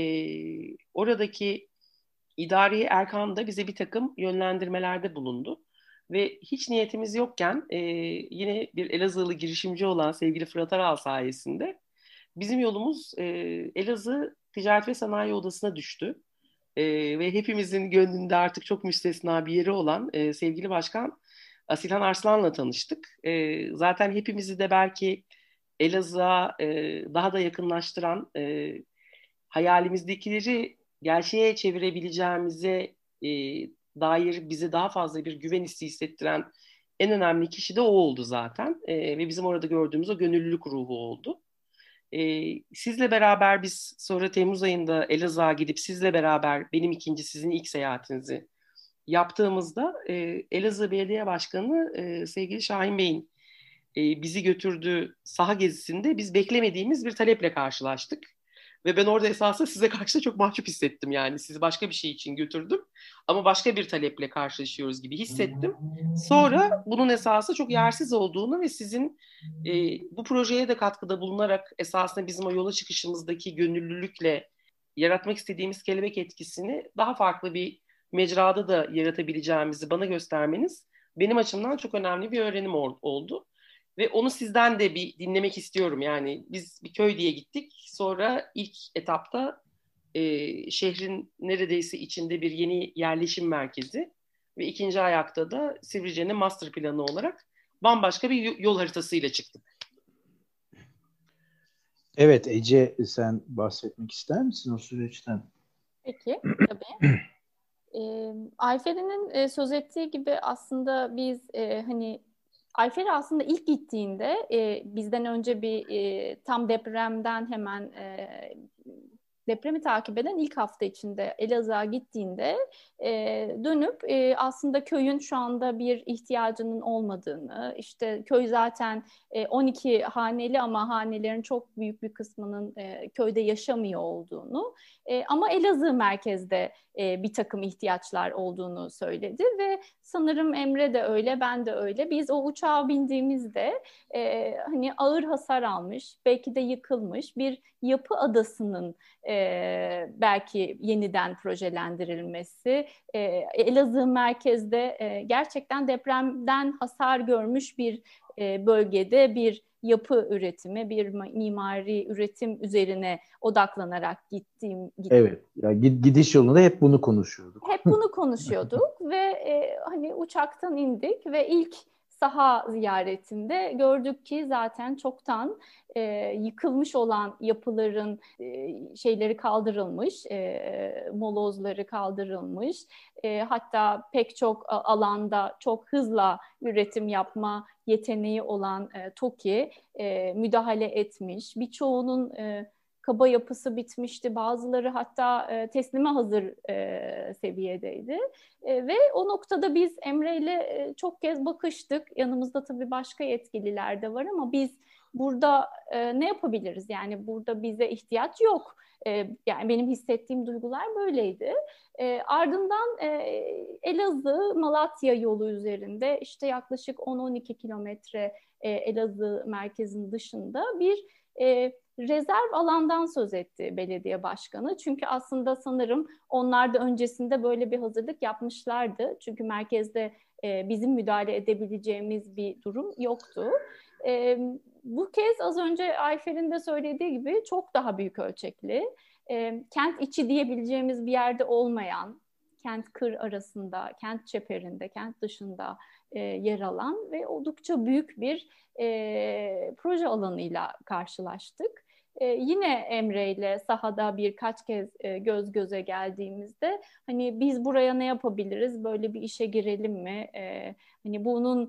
oradaki idari erkan da bize bir takım yönlendirmelerde bulundu. Ve hiç niyetimiz yokken e, yine bir Elazığlı girişimci olan sevgili Fırat Aral sayesinde bizim yolumuz e, Elazığ Ticaret ve Sanayi Odası'na düştü. E, ve hepimizin gönlünde artık çok müstesna bir yeri olan e, sevgili Başkan Asilhan Arslan'la tanıştık. E, zaten hepimizi de belki Elazığ'a e, daha da yakınlaştıran, e, hayalimizdekileri gerçeğe çevirebileceğimize e, dair bize daha fazla bir güven hissi hissettiren en önemli kişi de o oldu zaten. E, ve bizim orada gördüğümüz o gönüllülük ruhu oldu. E, sizle beraber biz sonra Temmuz ayında Elazığ'a gidip sizle beraber benim ikinci, sizin ilk seyahatinizi yaptığımızda e, Elazığ Belediye Başkanı e, sevgili Şahin Bey'in e, bizi götürdüğü saha gezisinde biz beklemediğimiz bir taleple karşılaştık. Ve ben orada esasında size karşı da çok mahcup hissettim yani. Sizi başka bir şey için götürdüm ama başka bir taleple karşılaşıyoruz gibi hissettim. Sonra bunun esası çok yersiz olduğunu ve sizin e, bu projeye de katkıda bulunarak esasında bizim o yola çıkışımızdaki gönüllülükle yaratmak istediğimiz kelebek etkisini daha farklı bir mecrada da yaratabileceğimizi bana göstermeniz benim açımdan çok önemli bir öğrenim oldu. Ve onu sizden de bir dinlemek istiyorum. Yani biz bir köy diye gittik. Sonra ilk etapta e, şehrin neredeyse içinde bir yeni yerleşim merkezi ve ikinci ayakta da Sivrice'nin master planı olarak bambaşka bir yol haritasıyla çıktık. Evet Ece, sen bahsetmek ister misin o süreçten? Peki, tabii. E, Ayfer'in e, söz ettiği gibi aslında biz e, hani Ayfer aslında ilk gittiğinde e, bizden önce bir e, tam depremden hemen e, depremi takip eden ilk hafta içinde Elazığ'a gittiğinde e, dönüp e, aslında köyün şu anda bir ihtiyacının olmadığını, işte köy zaten e, on iki haneli ama hanelerin çok büyük bir kısmının e, köyde yaşamıyor olduğunu e, ama Elazığ merkezde e, bir takım ihtiyaçlar olduğunu söyledi ve sanırım Emre de öyle, ben de öyle. Biz o uçağa bindiğimizde e, hani ağır hasar almış, belki de yıkılmış bir yapı adasının e, belki yeniden projelendirilmesi, e, Elazığ merkezde e, gerçekten depremden hasar görmüş bir e, bölgede bir yapı üretimi, bir mimari üretim üzerine odaklanarak gittiğim. gittiğim. Evet, ya gidiş yolunda hep bunu konuşuyorduk. Hep bunu konuşuyorduk ve e, hani uçaktan indik ve ilk saha ziyaretinde gördük ki zaten çoktan e, yıkılmış olan yapıların e, şeyleri kaldırılmış, e, molozları kaldırılmış. E, hatta pek çok alanda çok hızla üretim yapma yeteneği olan e, TOKİ e, müdahale etmiş. Birçoğunun e, kaba yapısı bitmişti. Bazıları hatta e, teslime hazır e, seviyedeydi. E, ve o noktada biz Emre ile e, çok kez bakıştık. Yanımızda tabii başka yetkililer de var ama biz burada e, ne yapabiliriz? Yani burada bize ihtiyaç yok. E, yani benim hissettiğim duygular böyleydi. E, ardından e, Elazığ-Malatya yolu üzerinde işte yaklaşık on on iki kilometre e, Elazığ merkezinin dışında bir e, rezerv alandan söz etti belediye başkanı. Çünkü aslında sanırım onlar da öncesinde böyle bir hazırlık yapmışlardı. Çünkü merkezde e, bizim müdahale edebileceğimiz bir durum yoktu. E, bu kez az önce Ayfer'in de söylediği gibi çok daha büyük ölçekli, e, kent içi diyebileceğimiz bir yerde olmayan, kent kır arasında, kent çeperinde, kent dışında e, yer alan ve oldukça büyük bir e, proje alanıyla karşılaştık. Ee, yine Emre ile sahada birkaç kez e, göz göze geldiğimizde hani biz buraya ne yapabiliriz, böyle bir işe girelim mi? Ee, hani bunun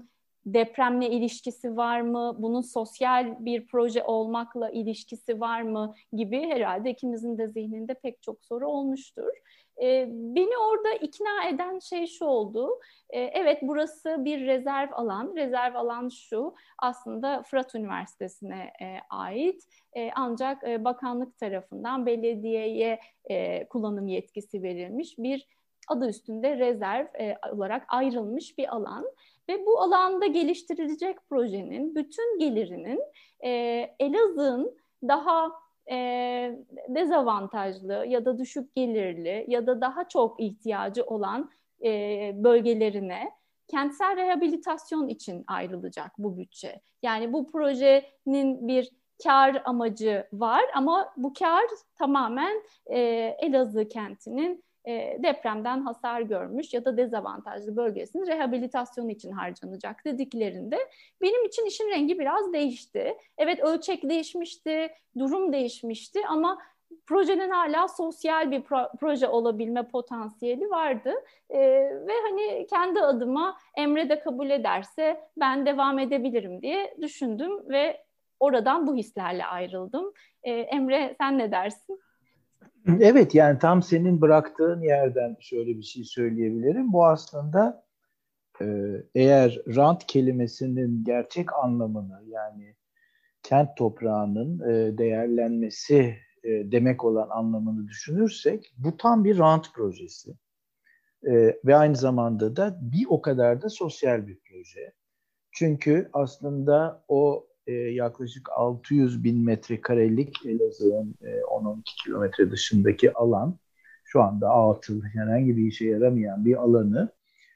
depremle ilişkisi var mı? Bunun sosyal bir proje olmakla ilişkisi var mı? Gibi herhalde ikimizin de zihninde pek çok soru olmuştur. E, beni orada ikna eden şey şu oldu. E, evet, burası bir rezerv alan. Rezerv alan şu, aslında Fırat Üniversitesi'ne e, ait. E, ancak e, bakanlık tarafından belediyeye e, kullanım yetkisi verilmiş bir, adı üstünde rezerv e, olarak ayrılmış bir alan. Ve bu alanda geliştirilecek projenin bütün gelirinin e, Elazığ'ın daha e, dezavantajlı ya da düşük gelirli ya da daha çok ihtiyacı olan e, bölgelerine kentsel rehabilitasyon için ayrılacak bu bütçe. Yani bu projenin bir kar amacı var ama bu kar tamamen e, Elazığ kentinin e, depremden hasar görmüş ya da dezavantajlı bölgesinin rehabilitasyonu için harcanacak dediklerinde benim için işin rengi biraz değişti. Evet, ölçek değişmişti, durum değişmişti ama projenin hala sosyal bir pro- proje olabilme potansiyeli vardı. E, ve hani kendi adıma Emre de kabul ederse ben devam edebilirim diye düşündüm ve oradan bu hislerle ayrıldım. E, Emre, sen ne dersin? Evet, yani tam senin bıraktığın yerden şöyle bir şey söyleyebilirim. Bu aslında e, eğer rant kelimesinin gerçek anlamını, yani kent toprağının e, değerlenmesi e, demek olan anlamını düşünürsek, bu tam bir rant projesi. E, ve aynı zamanda da bir o kadar da sosyal bir proje. Çünkü aslında o e, yaklaşık altı yüz bin metrekarelik Elazığ'ın e, on on iki kilometre dışındaki alan, şu anda atıl, herhangi bir işe yaramayan bir alanı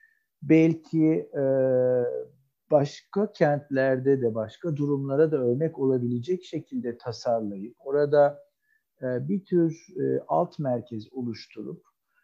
belki e, başka kentlerde de başka durumlara da örnek olabilecek şekilde tasarlayıp orada e, bir tür e, alt merkez oluşturup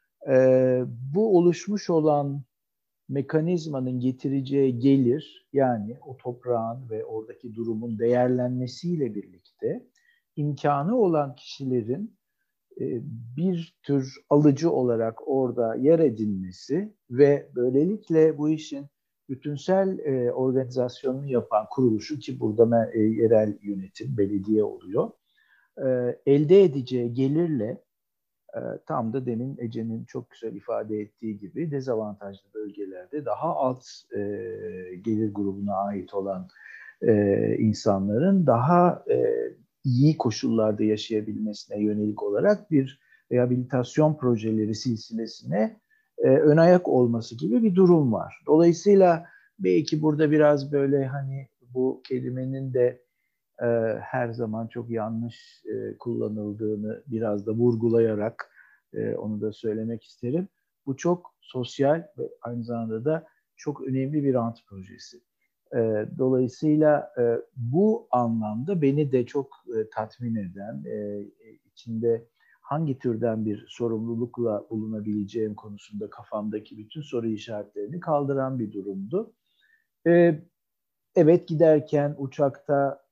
e, bu oluşmuş olan mekanizmanın getireceği gelir, yani o toprağın ve oradaki durumun değerlenmesiyle birlikte imkanı olan kişilerin e, bir tür alıcı olarak orada yer edinmesi ve böylelikle bu işin bütünsel e, organizasyonunu yapan kuruluşu, ki burada e, yerel yönetim, belediye oluyor, e, elde edeceği gelirle e, tam da demin Ece'nin çok güzel ifade ettiği gibi dezavantajlı bölgelerde daha alt e, gelir grubuna ait olan e, insanların daha e, iyi koşullarda yaşayabilmesine yönelik olarak bir rehabilitasyon projeleri silsilesine e, ön ayak olması gibi bir durum var. Dolayısıyla belki burada biraz böyle hani bu kelimenin de e, her zaman çok yanlış e, kullanıldığını biraz da vurgulayarak e, onu da söylemek isterim. Bu çok sosyal ve aynı zamanda da çok önemli bir rant projesi. E, dolayısıyla e, bu anlamda beni de çok e, tatmin eden, e, içinde hangi türden bir sorumlulukla bulunabileceğim konusunda kafamdaki bütün soru işaretlerini kaldıran bir durumdu. E, evet, giderken uçakta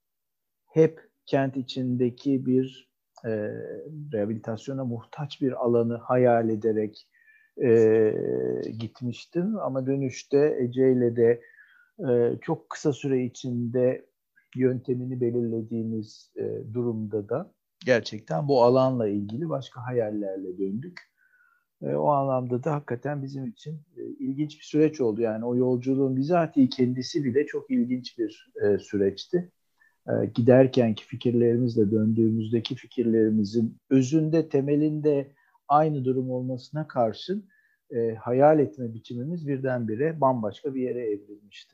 hep kent içindeki bir e, rehabilitasyona muhtaç bir alanı hayal ederek e, gitmiştim. Ama dönüşte Ece ile de e, çok kısa süre içinde yöntemini belirlediğimiz e, durumda da gerçekten bu alanla ilgili başka hayallerle döndük. E, o anlamda da hakikaten bizim için e, ilginç bir süreç oldu. Yani o yolculuğun bizatihi kendisi bile çok ilginç bir e, süreçti. Giderkenki fikirlerimizle döndüğümüzdeki fikirlerimizin özünde, temelinde aynı durum olmasına karşın e, hayal etme biçimimiz birdenbire bambaşka bir yere evrilmişti.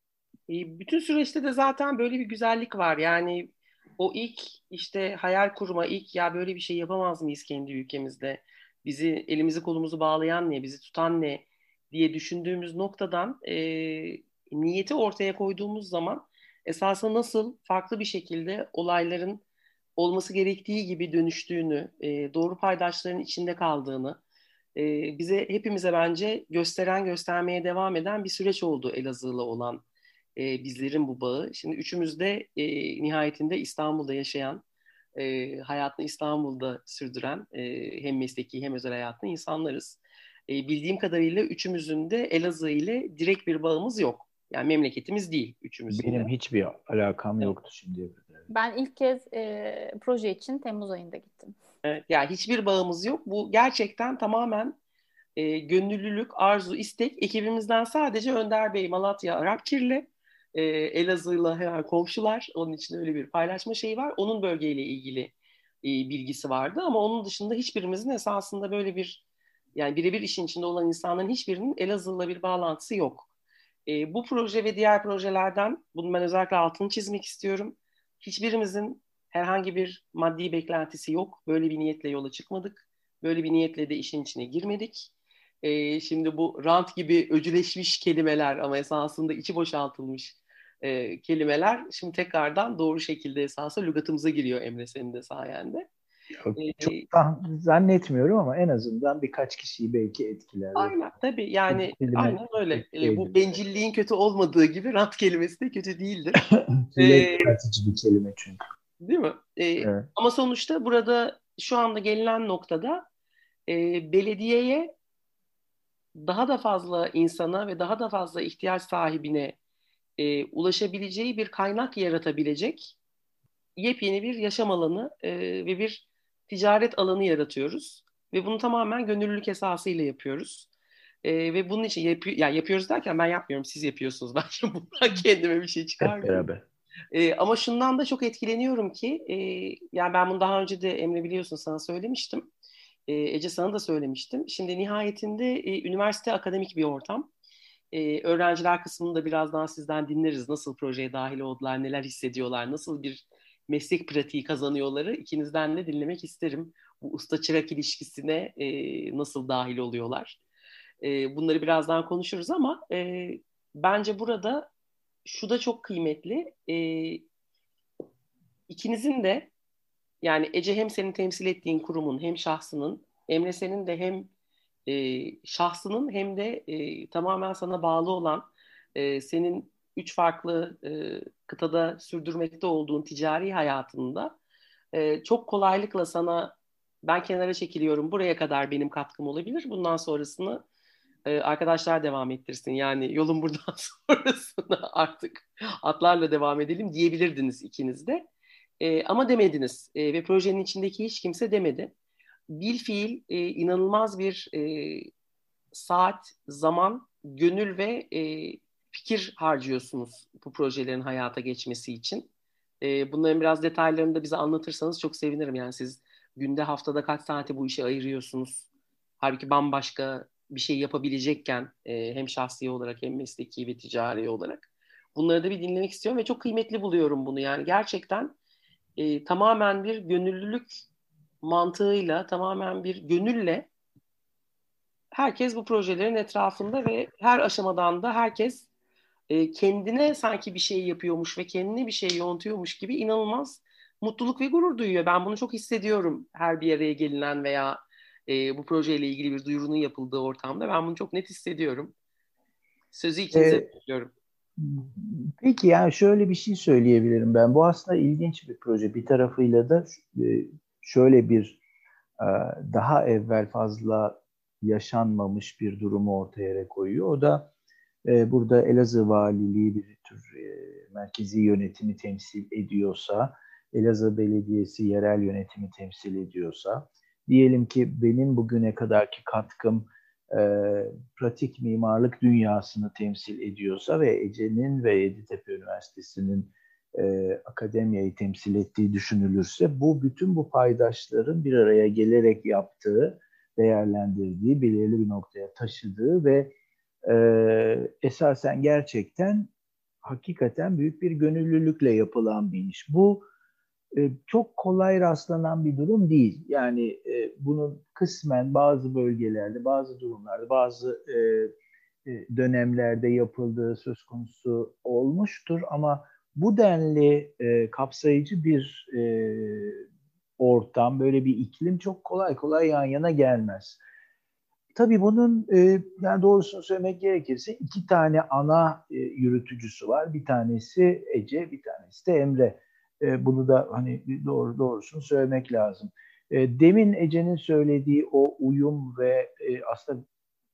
E, bütün süreçte de zaten böyle bir güzellik var. Yani o ilk işte hayal kurma, ilk ya böyle bir şey yapamaz mıyız kendi ülkemizde? Bizi elimizi kolumuzu bağlayan ne, bizi tutan ne diye düşündüğümüz noktadan e, niyeti ortaya koyduğumuz zaman esasında nasıl farklı bir şekilde olayların olması gerektiği gibi dönüştüğünü, e, doğru paydaşların içinde kaldığını e, bize hepimize bence gösteren göstermeye devam eden bir süreç oldu Elazığ'la olan e, bizlerin bu bağı. Şimdi üçümüz de e, nihayetinde İstanbul'da yaşayan, e, hayatını İstanbul'da sürdüren e, hem mesleki hem özel hayatını insanlarız. E, bildiğim kadarıyla üçümüzün de Elazığ ile direkt bir bağımız yok. Yani memleketimiz değil üçümüzün Benim de. hiçbir alakam yoktu şimdiye kadar. Ben ilk kez e, proje için Temmuz ayında gittim. Evet, yani hiçbir bağımız yok. Bu gerçekten tamamen e, gönüllülük, arzu, istek. Ekibimizden sadece Önder Bey Malatya Arapkirli, e, Elazığ'la hemen komşular. Onun için öyle bir paylaşma şeyi var. Onun bölgeyle ilgili e, bilgisi vardı ama onun dışında hiçbirimizin esasında böyle bir, yani birebir işin içinde olan insanların hiçbirinin Elazığ'la bir bağlantısı yok. E, bu proje ve diğer projelerden bunu ben özellikle altını çizmek istiyorum. Hiçbirimizin herhangi bir maddi beklentisi yok. Böyle bir niyetle yola çıkmadık. Böyle bir niyetle de işin içine girmedik. E, şimdi bu rant gibi öcüleşmiş kelimeler ama esasında içi boşaltılmış e, kelimeler şimdi tekrardan doğru şekilde esasında lügatımıza giriyor Emre, senin de sayende. Yok, E, çok da zannetmiyorum ama en azından birkaç kişiyi belki etkiler. Aynen tabii, yani Kelime aynen öyle. pek E, bu şeydir. bencilliğin kötü olmadığı gibi rant kelimesi de kötü değildir. Led E, yaratıcı bir kelime çünkü. Değil mi? E, Evet. ama sonuçta burada şu anda gelinen noktada e, belediyeye daha da fazla insana ve daha da fazla ihtiyaç sahibine e, ulaşabileceği bir kaynak yaratabilecek yepyeni bir yaşam alanı e, ve bir ticaret alanı yaratıyoruz. Ve bunu tamamen gönüllülük esasıyla yapıyoruz. E, ve bunun için yapı- yani yapıyoruz derken ben yapmıyorum, siz yapıyorsunuz. Ben şimdi buradan kendime bir şey Hep çıkarmıyorum. beraber. E, ama şundan da çok etkileniyorum ki, e, yani ben bunu daha önce de Emre biliyorsun sana söylemiştim. E, Ece sana da söylemiştim. Şimdi nihayetinde e, üniversite akademik bir ortam. E, öğrenciler kısmını da birazdan sizden dinleriz. Nasıl projeye dahil oldular, neler hissediyorlar, nasıl bir meslek pratiği kazanıyorları ikinizden de dinlemek isterim. Bu usta çırak ilişkisine e, nasıl dahil oluyorlar. E, bunları birazdan konuşuruz ama e, bence burada şu da çok kıymetli. E, ikinizin de, yani Ece hem senin temsil ettiğin kurumun hem şahsının, Emre senin de hem e, şahsının hem de e, tamamen sana bağlı olan e, senin üç farklı e, kıtada sürdürmekte olduğun ticari hayatında e, çok kolaylıkla sana ben kenara çekiliyorum, buraya kadar benim katkım olabilir. Bundan sonrasını e, arkadaşlar devam ettirsin. Yani yolun buradan sonrasını artık atlarla devam edelim diyebilirdiniz ikiniz de. E, ama demediniz e, ve projenin içindeki hiç kimse demedi. Bilfiil e, inanılmaz bir e, saat, zaman, gönül ve e, fikir harcıyorsunuz bu projelerin hayata geçmesi için. E, bunların biraz detaylarını da bize anlatırsanız çok sevinirim. Yani siz günde, haftada kaç saati bu işe ayırıyorsunuz? Halbuki bambaşka bir şey yapabilecekken e, hem şahsi olarak hem mesleki ve ticari olarak. Bunları da bir dinlemek istiyorum ve çok kıymetli buluyorum bunu. Yani gerçekten e, tamamen bir gönüllülük mantığıyla, tamamen bir gönülle herkes bu projelerin etrafında ve her aşamadan da herkes e, kendine sanki bir şey yapıyormuş ve kendine bir şey yontuyormuş gibi inanılmaz mutluluk ve gurur duyuyor. Ben bunu çok hissediyorum her bir araya gelinen veya e, bu projeyle ilgili bir duyurunun yapıldığı ortamda. Ben bunu çok net hissediyorum. Sözü ikinize Ee, bırakıyorum. peki yani şöyle bir şey söyleyebilirim ben. Bu aslında ilginç bir proje. Bir tarafıyla da e, şöyle bir e, daha evvel fazla yaşanmamış bir durumu ortaya koyuyor. O da e, burada Elazığ Valiliği bir tür e, merkezi yönetimi temsil ediyorsa, Elazığ Belediyesi yerel yönetimi temsil ediyorsa, diyelim ki benim bugüne kadarki katkım e, pratik mimarlık dünyasını temsil ediyorsa ve Ece'nin ve Yeditepe Üniversitesi'nin e, akademiyayı temsil ettiği düşünülürse, bu bütün bu paydaşların bir araya gelerek yaptığı, değerlendirdiği, belirli bir noktaya taşıdığı ve e, esasen gerçekten hakikaten büyük bir gönüllülükle yapılan bir iş. Bu e, çok kolay rastlanan bir durum değil. Yani e, bunun kısmen bazı bölgelerde, bazı durumlarda, bazı e, e, dönemlerde yapıldığı söz konusu olmuştur ama bu denli e, kapsayıcı bir e, ortam, böyle bir iklim çok kolay kolay yan yana gelmez. Tabii bunun e, yani doğrusunu söylemek gerekirse iki tane ana e, yürütücüsü var. Bir tanesi Ece, bir tanesi de Emre. E, bunu da hani doğru doğrusunu söylemek lazım. E, demin Ece'nin söylediği o uyum ve e, aslında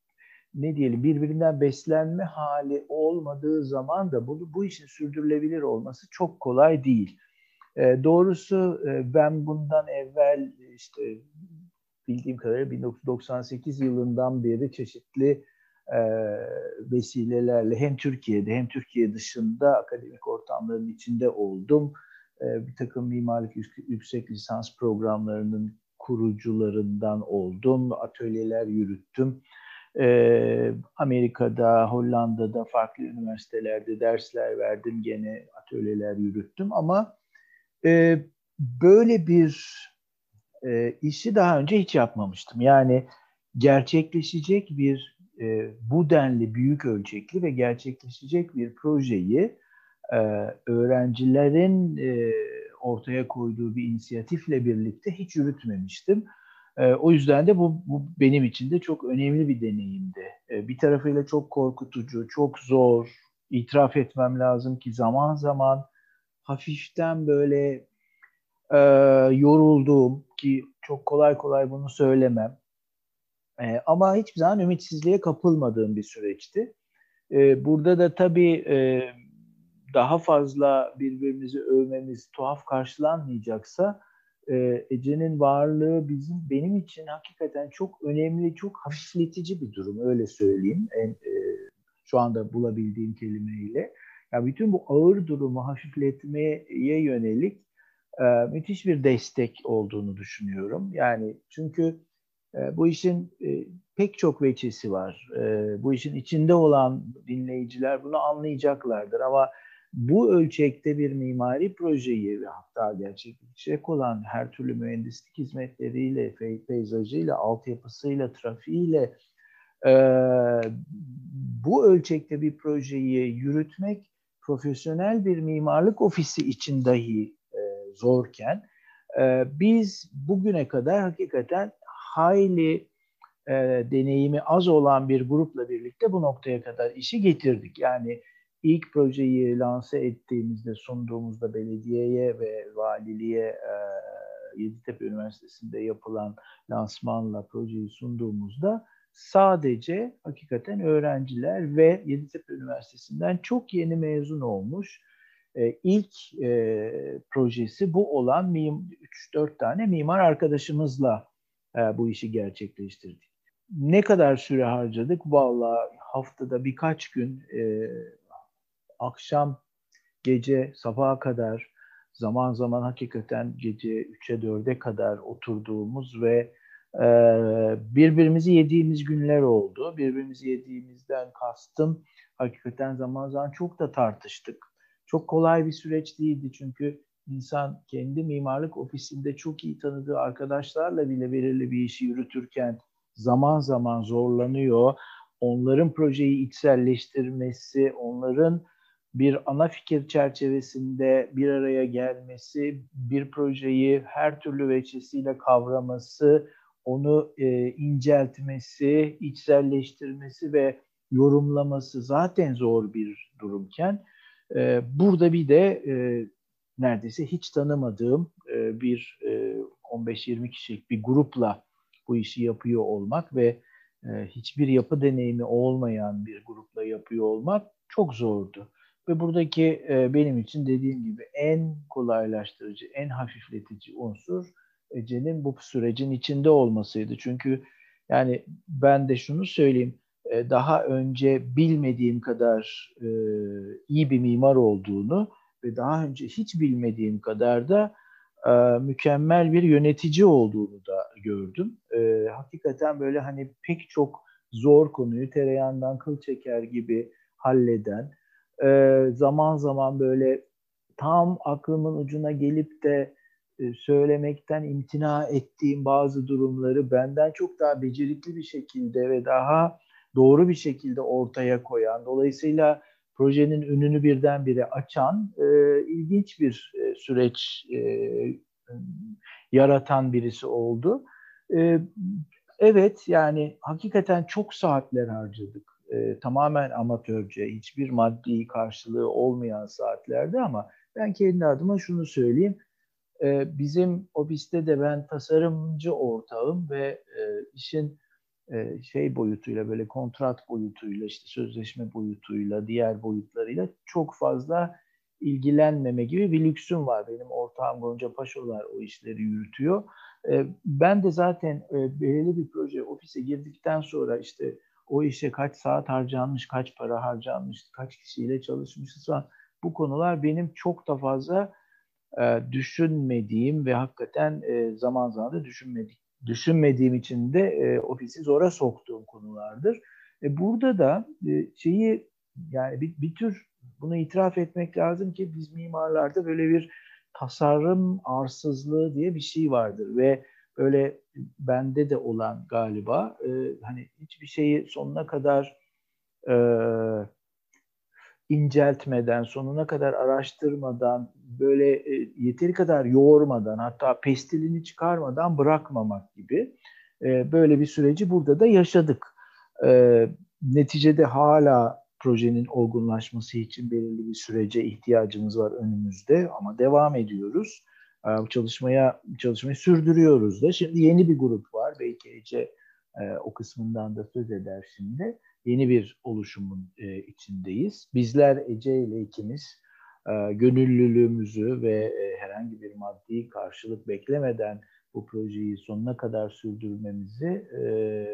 ne diyelim birbirinden beslenme hali olmadığı zaman da bu, bu işin sürdürülebilir olması çok kolay değil. E, doğrusu e, ben bundan evvel işte bildiğim kadarıyla bin dokuz yüz doksan sekiz yılından beri çeşitli e, vesilelerle hem Türkiye'de hem Türkiye dışında akademik ortamların içinde oldum. E, bir takım mimarlık yüksek lisans programlarının kurucularından oldum. Atölyeler yürüttüm. E, Amerika'da, Hollanda'da farklı üniversitelerde dersler verdim. Gene atölyeler yürüttüm ama e, böyle bir e, işi daha önce hiç yapmamıştım. Yani gerçekleşecek bir e, bu denli büyük ölçekli ve gerçekleşecek bir projeyi e, öğrencilerin e, ortaya koyduğu bir inisiyatifle birlikte hiç yürütmemiştim. E, o yüzden de bu, bu benim için de çok önemli bir deneyimdi. E, bir tarafıyla çok korkutucu, çok zor. İtiraf etmem lazım ki zaman zaman hafiften böyle e, yorulduğum, ki çok kolay kolay bunu söylemem. E, ama hiçbir zaman ümitsizliğe kapılmadığım bir süreçti. E, burada da tabii e, daha fazla birbirimizi övmemiz tuhaf karşılanmayacaksa e, Ece'nin varlığı bizim benim için hakikaten çok önemli, çok hafifletici bir durum, öyle söyleyeyim. En, e, şu anda bulabildiğim kelimeyle. Yani bütün bu ağır durumu hafifletmeye yönelik e, müthiş bir destek olduğunu düşünüyorum. Yani çünkü e, bu işin e, pek çok veçesi var. E, bu işin içinde olan dinleyiciler bunu anlayacaklardır ama bu ölçekte bir mimari projeyi ve hatta gerçekleşecek olan her türlü mühendislik hizmetleriyle, peyzajıyla, altyapısıyla, trafiğiyle e, bu ölçekte bir projeyi yürütmek profesyonel bir mimarlık ofisi için dahi e, zorken e, biz bugüne kadar hakikaten hayli e, deneyimi az olan bir grupla birlikte bu noktaya kadar işi getirdik. Yani ilk projeyi lanse ettiğimizde, sunduğumuzda belediyeye ve valiliğe e, Yeditepe Üniversitesi'nde yapılan lansmanla projeyi sunduğumuzda sadece hakikaten öğrenciler ve Yeditepe Üniversitesi'nden çok yeni mezun olmuş e, ilk e, projesi bu olan üç dört tane mimar arkadaşımızla e, bu işi gerçekleştirdik. Ne kadar süre harcadık? Vallahi haftada birkaç gün e, akşam, gece, sabaha kadar, zaman zaman hakikaten gece üçe dörde kadar oturduğumuz ve e, birbirimizi yediğimiz günler oldu. Birbirimizi yediğimizden kastım hakikaten zaman zaman çok da tartıştık. Çok kolay bir süreç değildi çünkü insan kendi mimarlık ofisinde çok iyi tanıdığı arkadaşlarla bile belirli bir işi yürütürken zaman zaman zorlanıyor. Onların projeyi içselleştirmesi, onların bir ana fikir çerçevesinde bir araya gelmesi, bir projeyi her türlü veçesiyle kavraması, onu e, inceltmesi, içselleştirmesi ve yorumlaması zaten zor bir durumken e, burada bir de e, neredeyse hiç tanımadığım e, bir e, on beş yirmi kişilik bir grupla bu işi yapıyor olmak ve e, hiçbir yapı deneyimi olmayan bir grupla yapıyor olmak çok zordu. Ve buradaki e, benim için dediğim gibi en kolaylaştırıcı, en hafifletici unsur Ece'nin bu sürecin içinde olmasıydı. Çünkü yani ben de şunu söyleyeyim, e, daha önce bilmediğim kadar e, iyi bir mimar olduğunu ve daha önce hiç bilmediğim kadar da e, mükemmel bir yönetici olduğunu da gördüm. E, hakikaten böyle hani pek çok zor konuyu tereyağından kıl çeker gibi halleden, e, zaman zaman böyle tam aklımın ucuna gelip de e, söylemekten imtina ettiğim bazı durumları benden çok daha becerikli bir şekilde ve daha doğru bir şekilde ortaya koyan, dolayısıyla projenin önünü birdenbire açan e, ilginç bir e, süreç e, yaratan birisi oldu. E, evet, yani hakikaten çok saatler harcadık. E, tamamen amatörce, hiçbir maddi karşılığı olmayan saatlerde ama ben kendi adıma şunu söyleyeyim. E, bizim ofiste de ben tasarımcı ortağım ve e, işin e, şey boyutuyla, böyle kontrat boyutuyla, işte sözleşme boyutuyla, diğer boyutlarıyla çok fazla ilgilenmeme gibi bir lüksüm var. Benim ortağım Gonca Paşolar o işleri yürütüyor. E, ben de zaten e, belirli bir proje ofise girdikten sonra işte o işe kaç saat harcanmış, kaç para harcanmış, kaç kişiyle çalışmışız falan. Bu konular benim çok da fazla e, düşünmediğim ve hakikaten e, zaman zaman da düşünmedik, düşünmediğim için de e, ofisi zora soktuğum konulardır. E, burada da e, şeyi yani bir, bir tür bunu itiraf etmek lazım ki biz mimarlarda böyle bir tasarım arsızlığı diye bir şey vardır ve böyle bende de olan galiba e, hani hiçbir şeyi sonuna kadar e, inceltmeden, sonuna kadar araştırmadan, böyle e, yeteri kadar yoğurmadan, hatta pestilini çıkarmadan bırakmamak gibi e, böyle bir süreci burada da yaşadık. E, neticede hala projenin olgunlaşması için belirli bir sürece ihtiyacımız var önümüzde ama devam ediyoruz. E, çalışmaya çalışmayı sürdürüyoruz da. Şimdi yeni bir grup var. Belki Ece e, o kısmından da söz eder şimdi. Yeni bir oluşumun e, içindeyiz. Bizler Ece ile ikimiz e, gönüllülüğümüzü ve e, herhangi bir maddi karşılık beklemeden bu projeyi sonuna kadar sürdürmemizi e,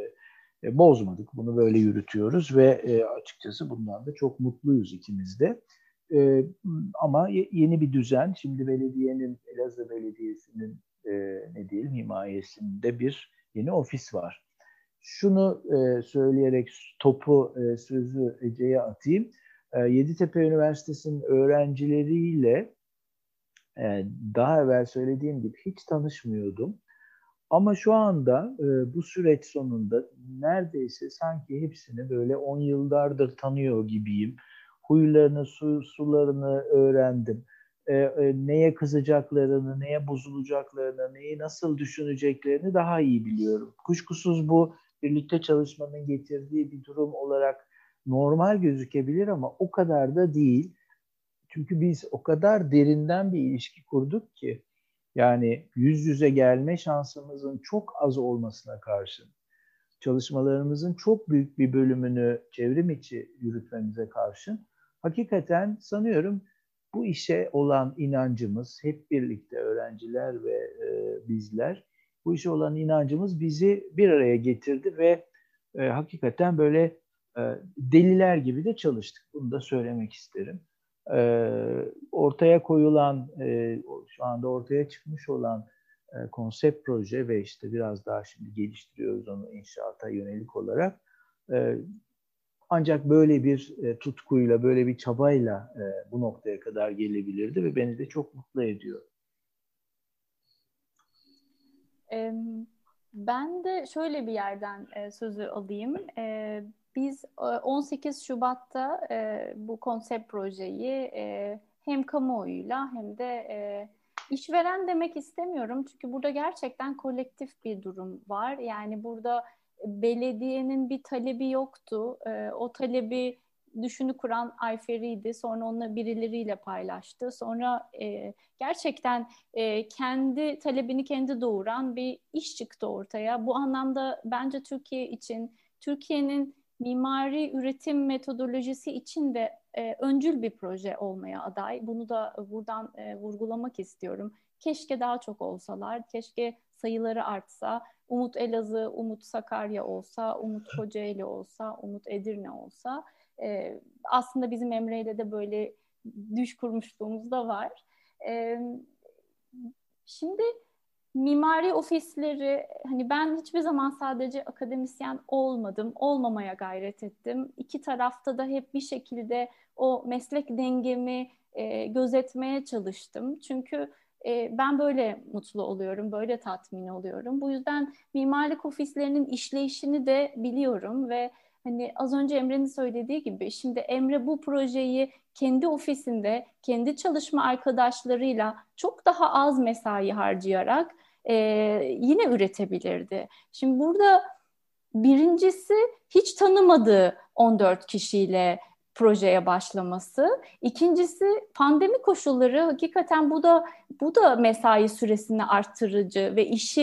e, bozmadık. Bunu böyle yürütüyoruz ve e, açıkçası bundan da çok mutluyuz ikimiz de. E, ama yeni bir düzen, şimdi belediyenin, Elazığ Belediyesi'nin e, ne diyelim himayesinde bir yeni ofis var. Şunu e, söyleyerek topu, e, sözü Ece'ye atayım. E, Yeditepe Üniversitesi'nin öğrencileriyle e, daha evvel söylediğim gibi hiç tanışmıyordum. Ama şu anda e, bu süreç sonunda neredeyse sanki hepsini böyle on yıllardır tanıyor gibiyim. Huylarını, su, sularını öğrendim. E, e, neye kızacaklarını, neye bozulacaklarını, neyi nasıl düşüneceklerini daha iyi biliyorum. Kuşkusuz bu birlikte çalışmanın getirdiği bir durum olarak normal gözükebilir ama o kadar da değil. Çünkü biz o kadar derinden bir ilişki kurduk ki yani yüz yüze gelme şansımızın çok az olmasına karşın çalışmalarımızın çok büyük bir bölümünü çevrim içi yürütmemize karşın hakikaten sanıyorum bu işe olan inancımız, hep birlikte öğrenciler ve e, bizler, bu işe olan inancımız bizi bir araya getirdi ve e, hakikaten böyle e, deliler gibi de çalıştık. Bunu da söylemek isterim. E, ortaya koyulan, e, şu anda ortaya çıkmış olan e, konsept proje ve işte biraz daha şimdi geliştiriyoruz onu inşaata yönelik olarak. E, ancak böyle bir e, tutkuyla, böyle bir çabayla e, bu noktaya kadar gelebilirdi ve beni de çok mutlu ediyor. Ben de şöyle bir yerden e, sözü alayım. E, biz on sekiz Şubat'ta e, bu konsept projeyi e, hem kamuoyuyla hem de e, işveren demek istemiyorum. Çünkü burada gerçekten kolektif bir durum var. Yani burada belediyenin bir talebi yoktu. E, o talebi düşünü kuran Ayferi'ydi. Sonra onunla birileriyle paylaştı. Sonra e, gerçekten e, kendi talebini kendi doğuran bir iş çıktı ortaya. Bu anlamda bence Türkiye için, Türkiye'nin mimari üretim metodolojisi için de e, öncül bir proje olmaya aday. Bunu da buradan e, vurgulamak istiyorum. Keşke daha çok olsalar, keşke sayıları artsa. Umut Elazığ, Umut Sakarya olsa, Umut Kocaeli olsa, Umut Edirne olsa. E, aslında bizim Emre'yle de böyle düş kurmuşluğumuz da var. E, şimdi mimari ofisleri, hani ben hiçbir zaman sadece akademisyen olmadım, olmamaya gayret ettim. İki tarafta da hep bir şekilde o meslek dengemi e, gözetmeye çalıştım. Çünkü e, ben böyle mutlu oluyorum, böyle tatmin oluyorum. Bu yüzden mimarlık ofislerinin işleyişini de biliyorum ve hani az önce Emre'nin söylediği gibi şimdi Emre bu projeyi kendi ofisinde, kendi çalışma arkadaşlarıyla çok daha az mesai harcayarak e, yine üretebilirdi. Şimdi burada birincisi hiç tanımadığı on dört kişiyle projeye başlaması. İkincisi pandemi koşulları hakikaten bu da bu da mesai süresini arttırıcı ve işi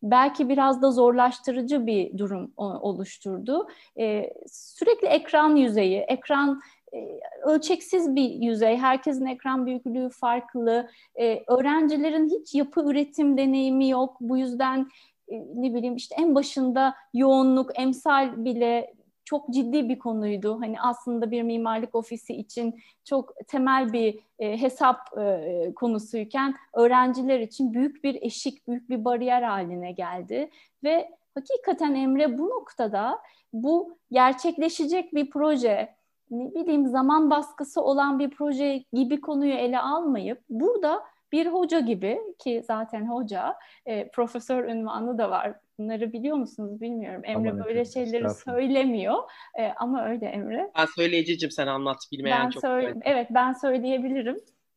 belki biraz da zorlaştırıcı bir durum oluşturdu. E, sürekli ekran yüzeyi, ekran e, ölçeksiz bir yüzey, herkesin ekran büyüklüğü farklı, e, öğrencilerin hiç yapı üretim deneyimi yok. Bu yüzden e, ne bileyim işte en başında yoğunluk, emsal bile çok ciddi bir konuydu. Hani aslında bir mimarlık ofisi için çok temel bir e, hesap e, konusuyken öğrenciler için büyük bir eşik, büyük bir bariyer haline geldi. Ve hakikaten Emre bu noktada bu gerçekleşecek bir proje, ne bileyim zaman baskısı olan bir proje gibi konuyu ele almayıp burada bir hoca gibi, ki zaten hoca, e, profesör unvanı da var. Bunları biliyor musunuz bilmiyorum. Emre Aman böyle efendim, şeyleri söylemiyor e, ama öyle Emre. Ben söyleyicicim, sen anlat, bilmeyen Ben çok. söyle, evet ben söyleyebilirim.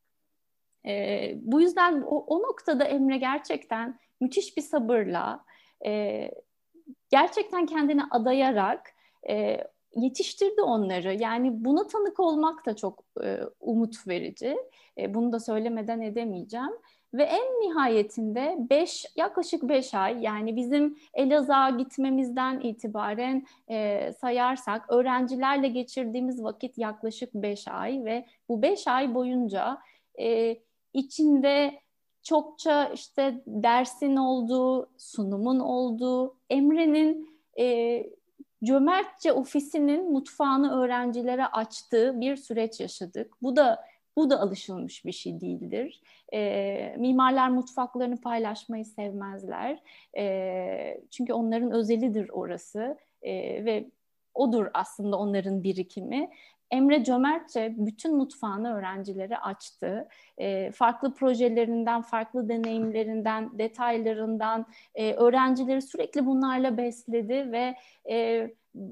E, bu yüzden o, o noktada Emre gerçekten müthiş bir sabırla, e, gerçekten kendini adayarak e, yetiştirdi onları. Yani buna tanık olmak da çok e, umut verici. E, bunu da söylemeden edemeyeceğim. Ve en nihayetinde beş, yaklaşık beş ay, yani bizim Elazığ'a gitmemizden itibaren e, sayarsak öğrencilerle geçirdiğimiz vakit yaklaşık beş ay ve bu beş ay boyunca e, içinde çokça işte dersin olduğu, sunumun olduğu, Emre'nin e, cömertçe ofisinin mutfağını öğrencilere açtığı bir süreç yaşadık. Bu da bu da alışılmış bir şey değildir. E, mimarlar mutfaklarını paylaşmayı sevmezler. E, çünkü onların özelidir orası e, ve odur aslında onların birikimi. Emre cömertçe bütün mutfağını öğrencilere açtı. E, farklı projelerinden, farklı deneyimlerinden, detaylarından e, öğrencileri sürekli bunlarla besledi ve e,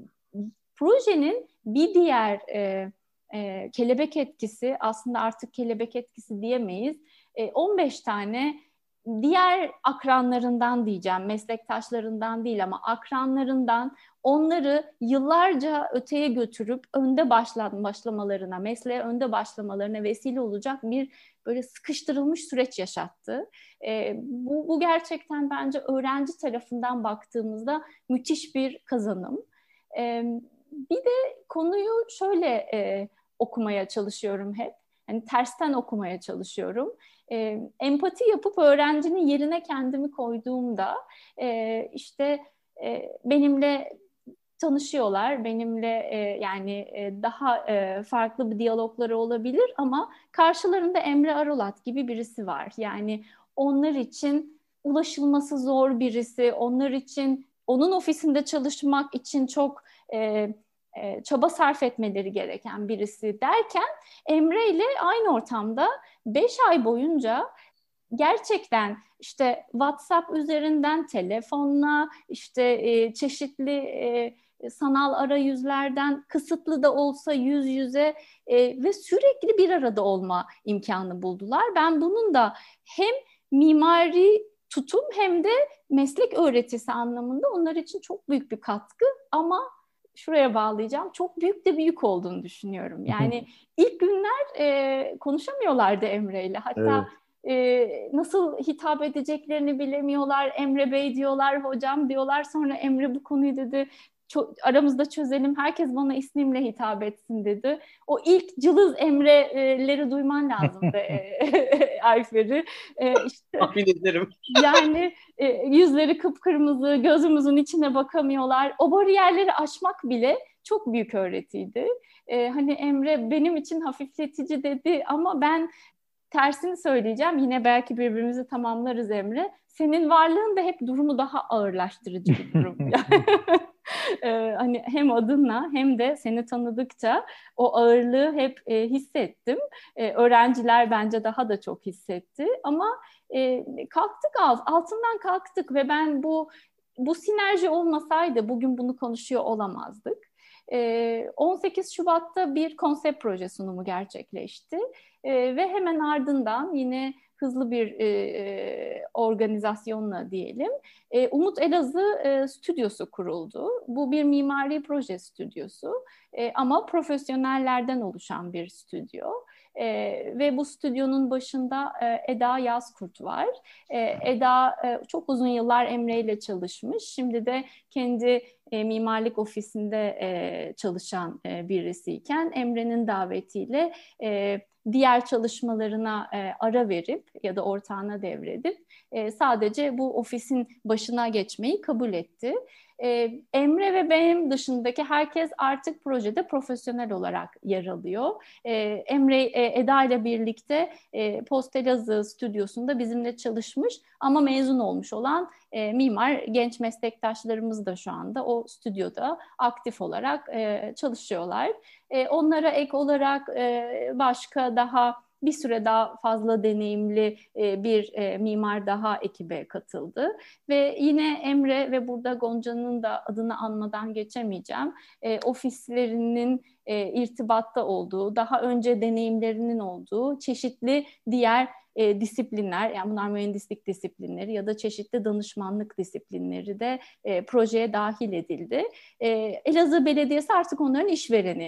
projenin bir diğer e, e, kelebek etkisi, aslında artık kelebek etkisi diyemeyiz, e, on beş tane diğer akranlarından diyeceğim, meslektaşlarından değil ama akranlarından onları yıllarca öteye götürüp önde başlamalarına, mesleğe önde başlamalarına vesile olacak bir böyle sıkıştırılmış süreç yaşattı. E, bu, bu gerçekten bence öğrenci tarafından baktığımızda müthiş bir kazanım. E, bir de konuyu şöyle e, okumaya çalışıyorum hep. Yani tersten okumaya çalışıyorum. E, empati yapıp öğrencinin yerine kendimi koyduğumda e, işte e, benimle tanışıyorlar. Benimle e, yani e, daha e, farklı bir diyalogları olabilir ama karşılarında Emre Arolat gibi birisi var. Yani onlar için ulaşılması zor birisi, onlar için onun ofisinde çalışmak için çok e, e, çaba sarf etmeleri gereken birisi derken Emre ile aynı ortamda beş ay boyunca gerçekten işte WhatsApp üzerinden, telefonla, işte e, çeşitli e, sanal arayüzlerden, kısıtlı da olsa yüz yüze e, ve sürekli bir arada olma imkanı buldular. Ben bunun da hem mimari tutum hem de meslek öğretisi anlamında onlar için çok büyük bir katkı, ama şuraya bağlayacağım, çok büyük de büyük olduğunu düşünüyorum. Yani ilk günler e, konuşamıyorlardı Emre'yle. Hatta evet. Ee, nasıl hitap edeceklerini bilemiyorlar. Emre Bey diyorlar, hocam diyorlar. Sonra Emre bu konuyu dedi, çok, aramızda çözelim. Herkes bana ismimle hitap etsin dedi. O ilk cılız Emre'leri duyman lazımdı Ayfer'i. Ee, işte, tahmin ederim. Yani e, yüzleri kıpkırmızı, gözümüzün içine bakamıyorlar. O bariyerleri aşmak bile çok büyük öğretiydi. Ee, hani Emre benim için hafifletici dedi ama ben tersini söyleyeceğim. Yine belki birbirimizi tamamlarız Emre. Senin varlığın da hep durumu daha ağırlaştırıcı bir durum. ee, hani hem adınla hem de seni tanıdıkça o ağırlığı hep e, hissettim. Ee, öğrenciler bence daha da çok hissetti. Ama e, kalktık alt, altından kalktık ve ben bu bu sinerji olmasaydı bugün bunu konuşuyor olamazdık. on sekiz Şubat'ta bir konsept proje sunumu gerçekleşti ee, ve hemen ardından yine hızlı bir e, organizasyonla diyelim e, Umut Elazığ e, stüdyosu kuruldu. Bu bir mimari proje stüdyosu e, ama profesyonellerden oluşan bir stüdyo. E, ve bu stüdyonun başında e, Eda Yazkurt var. E, Eda e, çok uzun yıllar Emre ile çalışmış. Şimdi de kendi e, mimarlık ofisinde e, çalışan e, birisiyken Emre'nin davetiyle e, diğer çalışmalarına e, ara verip ya da ortağına devredip e, sadece bu ofisin başına geçmeyi kabul etti. E, Emre ve benim dışındaki herkes artık projede profesyonel olarak yer alıyor. E, Emre e, Eda ile birlikte e, Post Elazığ stüdyosunda bizimle çalışmış ama mezun olmuş olan e, mimar genç meslektaşlarımız da şu anda o stüdyoda aktif olarak e, çalışıyorlar. E, onlara ek olarak e, başka daha bir süre daha fazla deneyimli e, bir e, mimar daha ekibe katıldı. Ve yine Emre ve burada Gonca'nın da adını anmadan geçemeyeceğim. E, ofislerinin e, irtibatta olduğu, daha önce deneyimlerinin olduğu çeşitli diğer e, disiplinler, yani bunlar mühendislik disiplinleri ya da çeşitli danışmanlık disiplinleri de e, projeye dahil edildi. E, Elazığ Belediyesi artık onların işvereni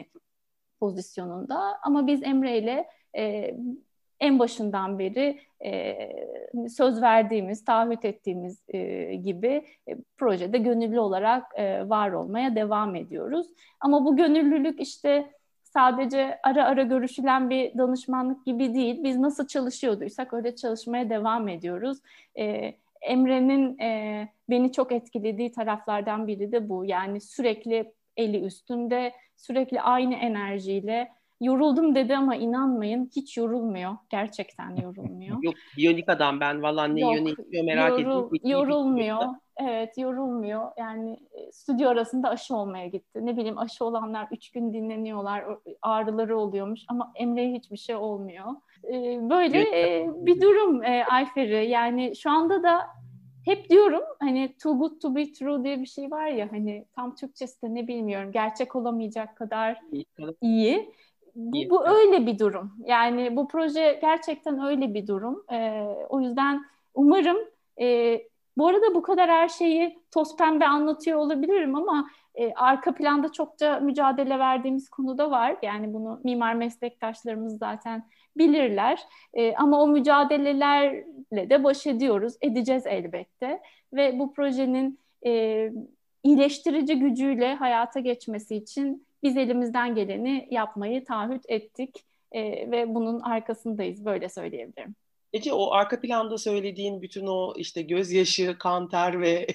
pozisyonunda ama biz Emre ile e, en başından beri e, söz verdiğimiz, taahhüt ettiğimiz e, gibi e, projede gönüllü olarak e, var olmaya devam ediyoruz. Ama bu gönüllülük işte sadece ara ara görüşülen bir danışmanlık gibi değil. Biz nasıl çalışıyorduysak öyle çalışmaya devam ediyoruz. E, Emre'nin e, beni çok etkilediği taraflardan biri de bu. Yani sürekli eli üstünde, sürekli aynı enerjiyle. Yoruldum dedi ama inanmayın hiç yorulmuyor. Gerçekten yorulmuyor. Yok, biyonik adam ben. Valla ne Yok, yönetiyor merak yorul, ettim. yorulmuyor. Evet, yorulmuyor. Yani stüdyo arasında aşı olmaya gitti. Ne bileyim aşı olanlar üç gün dinleniyorlar. Ağrıları oluyormuş ama Emre'ye hiçbir şey olmuyor. Ee, böyle e, bir durum e, Ayfer'i. Yani şu anda da hep diyorum hani too good to be true diye bir şey var ya hani tam Türkçesi de ne bilmiyorum. Gerçek olamayacak kadar iyi. Bu, bu öyle bir durum. Yani bu proje gerçekten öyle bir durum. Ee, o yüzden umarım e, bu arada bu kadar her şeyi toz pembe anlatıyor olabilirim ama e, arka planda çokça mücadele verdiğimiz konu da var. Yani bunu mimar meslektaşlarımız zaten bilirler. E, ama o mücadelelerle de baş ediyoruz. Edeceğiz elbette. Ve bu projenin e, iyileştirici gücüyle hayata geçmesi için biz elimizden geleni yapmayı taahhüt ettik e, ve bunun arkasındayız, böyle söyleyebilirim. Ece, o arka planda söylediğin bütün o işte gözyaşı, kan, ter ve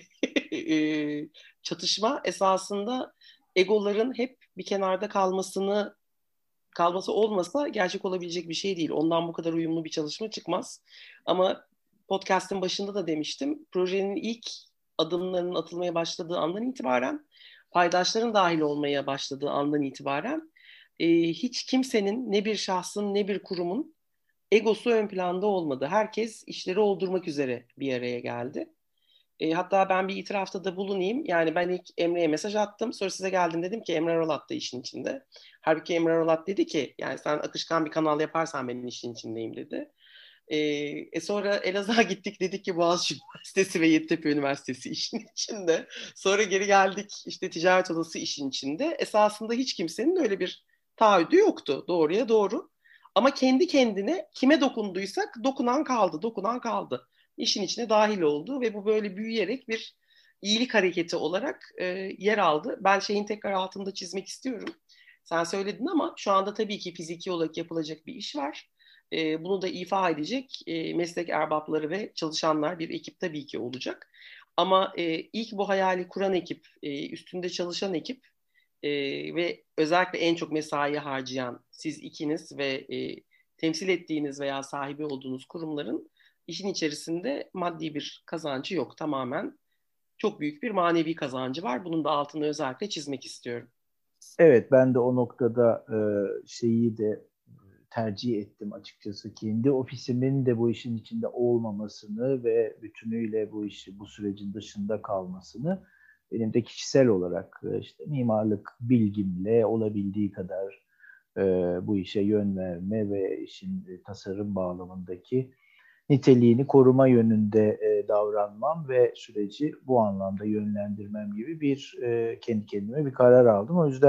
çatışma esasında egoların hep bir kenarda kalmasını kalması olmasa gerçek olabilecek bir şey değil. Ondan bu kadar uyumlu bir çalışma çıkmaz. Ama podcast'ın başında da demiştim, projenin ilk adımlarının atılmaya başladığı andan itibaren, paydaşların dahil olmaya başladığı andan itibaren e, hiç kimsenin, ne bir şahsın ne bir kurumun egosu ön planda olmadı. Herkes işleri oldurmak üzere bir araya geldi. E, hatta ben bir itirafta da bulunayım. Yani ben ilk Emre'ye mesaj attım. Sonra size geldim, dedim ki Emre Rolat da işin içinde. Halbuki Emre Rolat dedi ki yani sen akışkan bir kanal yaparsan benim işin içindeyim dedi. E, e sonra Elazığ'a gittik, dedik ki Boğaziçi Üniversitesi ve Yeditepe Üniversitesi işin içinde. Sonra geri geldik, işte Ticaret Odası işin içinde. Esasında hiç kimsenin öyle bir taahhüdü yoktu, doğruya doğru. Ama kendi kendine kime dokunduysak dokunan kaldı, dokunan kaldı. İşin içine dahil oldu ve bu böyle büyüyerek bir iyilik hareketi olarak e, yer aldı. Ben şeyin tekrar altında çizmek istiyorum. Sen söyledin ama şu anda tabii ki fiziki olarak yapılacak bir iş var. E, bunu da ifa edecek e, meslek erbapları ve çalışanlar, bir ekip tabii ki olacak. Ama e, ilk bu hayali kuran ekip, e, üstünde çalışan ekip e, ve özellikle en çok mesai harcayan siz ikiniz ve e, temsil ettiğiniz veya sahibi olduğunuz kurumların işin içerisinde maddi bir kazancı yok. Tamamen çok büyük bir manevi kazancı var. Bunun da altını özellikle çizmek istiyorum. Evet, ben de o noktada e, şeyi de tercih ettim açıkçası. Kendi ofisimin de bu işin içinde olmamasını ve bütünüyle bu işi, bu sürecin dışında kalmasını benim de kişisel olarak işte mimarlık bilgimle olabildiği kadar e, bu işe yön verme ve işin e, tasarım bağlamındaki niteliğini koruma yönünde e, davranmam ve süreci bu anlamda yönlendirmem gibi bir e, kendi kendime bir karar aldım. O yüzden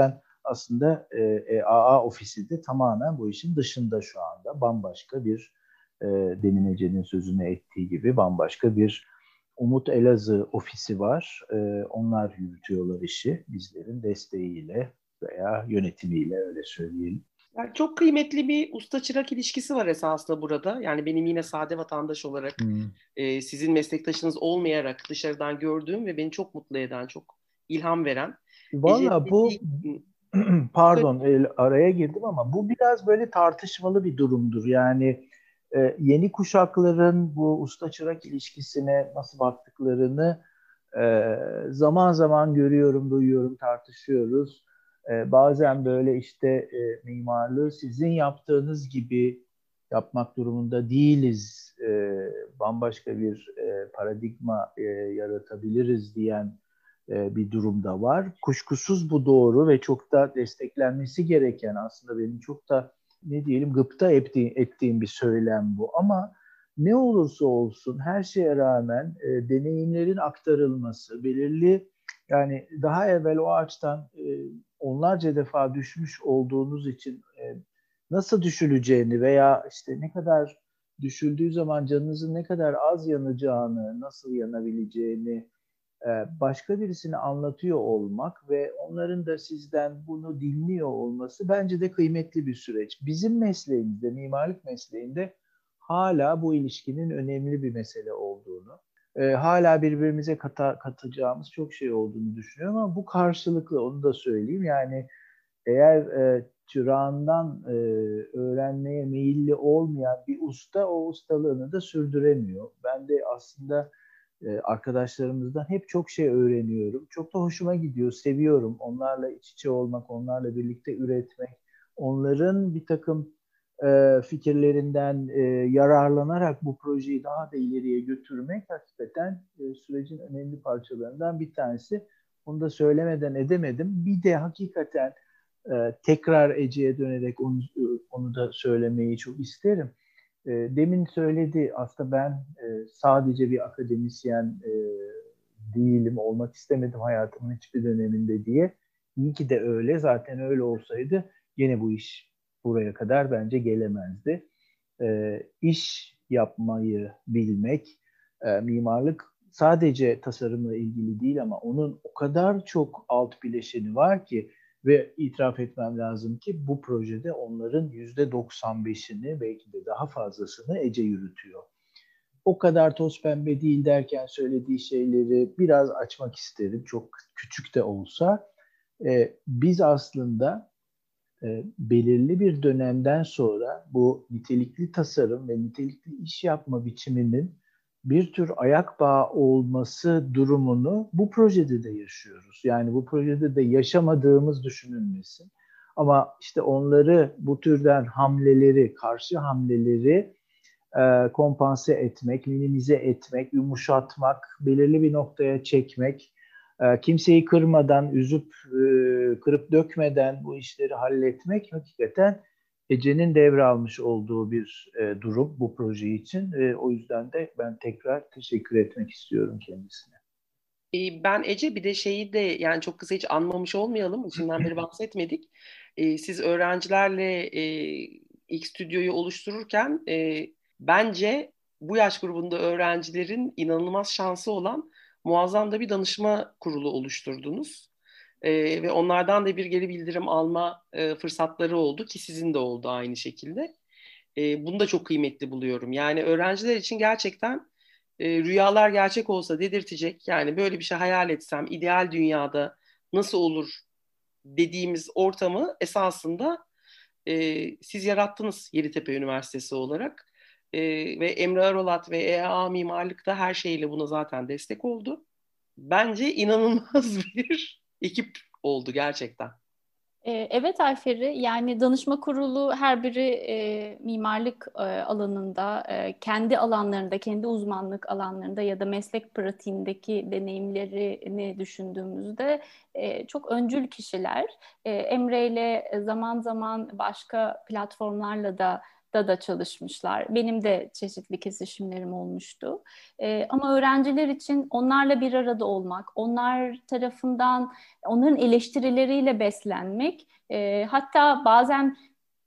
aslında e, E A A ofisi de tamamen bu işin dışında şu anda. Bambaşka bir, e, demin Ece'nin sözünü ettiği gibi bambaşka bir Umut Elazığ ofisi var. E, onlar yürütüyorlar işi bizlerin desteğiyle veya yönetimiyle, öyle söyleyelim. Yani çok kıymetli bir usta-çırak ilişkisi var esasında burada. Yani benim yine sade vatandaş olarak Hmm. e, sizin meslektaşınız olmayarak dışarıdan gördüğüm ve beni çok mutlu eden, çok ilham veren. Valla bu pardon el, araya girdim ama bu biraz böyle tartışmalı bir durumdur. Yani e, yeni kuşakların bu usta-çırak ilişkisine nasıl baktıklarını e, zaman zaman görüyorum, duyuyorum, tartışıyoruz. E, bazen böyle işte e, mimarlığı sizin yaptığınız gibi yapmak durumunda değiliz. E, bambaşka bir e, paradigma e, yaratabiliriz diyen e, bir durumda var. Kuşkusuz bu doğru ve çok da desteklenmesi gereken, aslında benim çok da ne diyelim gıpta ettiğim, ettiğim bir söylem bu. Ama ne olursa olsun her şeye rağmen e, deneyimlerin aktarılması, belirli, yani daha evvel o ağaçtan e, onlarca defa düşmüş olduğunuz için e, nasıl düşüleceğini veya işte ne kadar düşüldüğü zaman canınızın ne kadar az yanacağını, nasıl yanabileceğini başka birisine anlatıyor olmak ve onların da sizden bunu dinliyor olması bence de kıymetli bir süreç. Bizim mesleğimizde, mimarlık mesleğinde hala bu ilişkinin önemli bir mesele olduğunu, e, hala birbirimize kata, katacağımız çok şey olduğunu düşünüyorum ama bu karşılıklı, onu da söyleyeyim. Yani eğer e, çırağından e, öğrenmeye meyilli olmayan bir usta o ustalığını da sürdüremiyor. Ben de aslında e, arkadaşlarımızdan hep çok şey öğreniyorum. Çok da hoşuma gidiyor, seviyorum. Onlarla iç içe olmak, onlarla birlikte üretmek, onların bir takım e, fikirlerinden e, yararlanarak bu projeyi daha da ileriye götürmek hakikaten e, sürecin önemli parçalarından bir tanesi. Onu da söylemeden edemedim. Bir de hakikaten e, tekrar Ece'ye dönerek onu, onu da söylemeyi çok isterim. E, demin söyledi, aslında ben e, sadece bir akademisyen e, değilim, olmak istemedim hayatımın hiçbir döneminde diye. İyi ki de öyle. Zaten öyle olsaydı yine bu iş buraya kadar bence gelemezdi. E, iş yapmayı bilmek, e, mimarlık sadece tasarımla ilgili değil ama onun o kadar çok alt bileşeni var ki ve itiraf etmem lazım ki bu projede onların yüzde doksan beşini belki de daha fazlasını Ece yürütüyor. O kadar toz pembe değil derken söylediği şeyleri biraz açmak isterim. Çok küçük de olsa. Ee, biz aslında e, belirli bir dönemden sonra bu nitelikli tasarım ve nitelikli iş yapma biçiminin bir tür ayak bağı olması durumunu bu projede de yaşıyoruz. Yani bu projede de yaşamadığımız düşünülmesin. Ama işte onları, bu türden hamleleri, karşı hamleleri e, kompanse etmek, minimize etmek, yumuşatmak, belirli bir noktaya çekmek, e, kimseyi kırmadan, üzüp e, kırıp dökmeden bu işleri halletmek hakikaten Ece'nin devralmış olduğu bir e, durum bu proje için. E, o yüzden de ben tekrar teşekkür etmek istiyorum kendisine. Ben Ece bir de şeyi de yani çok kısa hiç anmamış olmayalım. İçinden beri bahsetmedik. Siz öğrencilerle ilk stüdyoyu oluştururken bence bu yaş grubunda öğrencilerin inanılmaz şansı olan muazzam da bir danışma kurulu oluşturdunuz. Ve onlardan da bir geri bildirim alma fırsatları oldu ki sizin de oldu aynı şekilde. Bunu da çok kıymetli buluyorum. Yani öğrenciler için gerçekten e, rüyalar gerçek olsa dedirtecek. Yani böyle bir şey hayal etsem ideal dünyada nasıl olur dediğimiz ortamı esasında e, siz yarattınız Yeditepe Üniversitesi olarak. E, ve Emre Arolat ve E A Mimarlık da her şeyle buna zaten destek oldu. Bence inanılmaz bir ekip oldu gerçekten. Evet Ayferi, yani danışma kurulu her biri e, mimarlık e, alanında, e, kendi alanlarında, kendi uzmanlık alanlarında ya da meslek pratiğindeki deneyimlerini düşündüğümüzde e, çok öncül kişiler. E, Emre ile zaman zaman başka platformlarla da da da çalışmışlar. Benim de çeşitli kesişimlerim olmuştu. E, ama öğrenciler için onlarla bir arada olmak, onlar tarafından, onların eleştirileriyle beslenmek, e, hatta bazen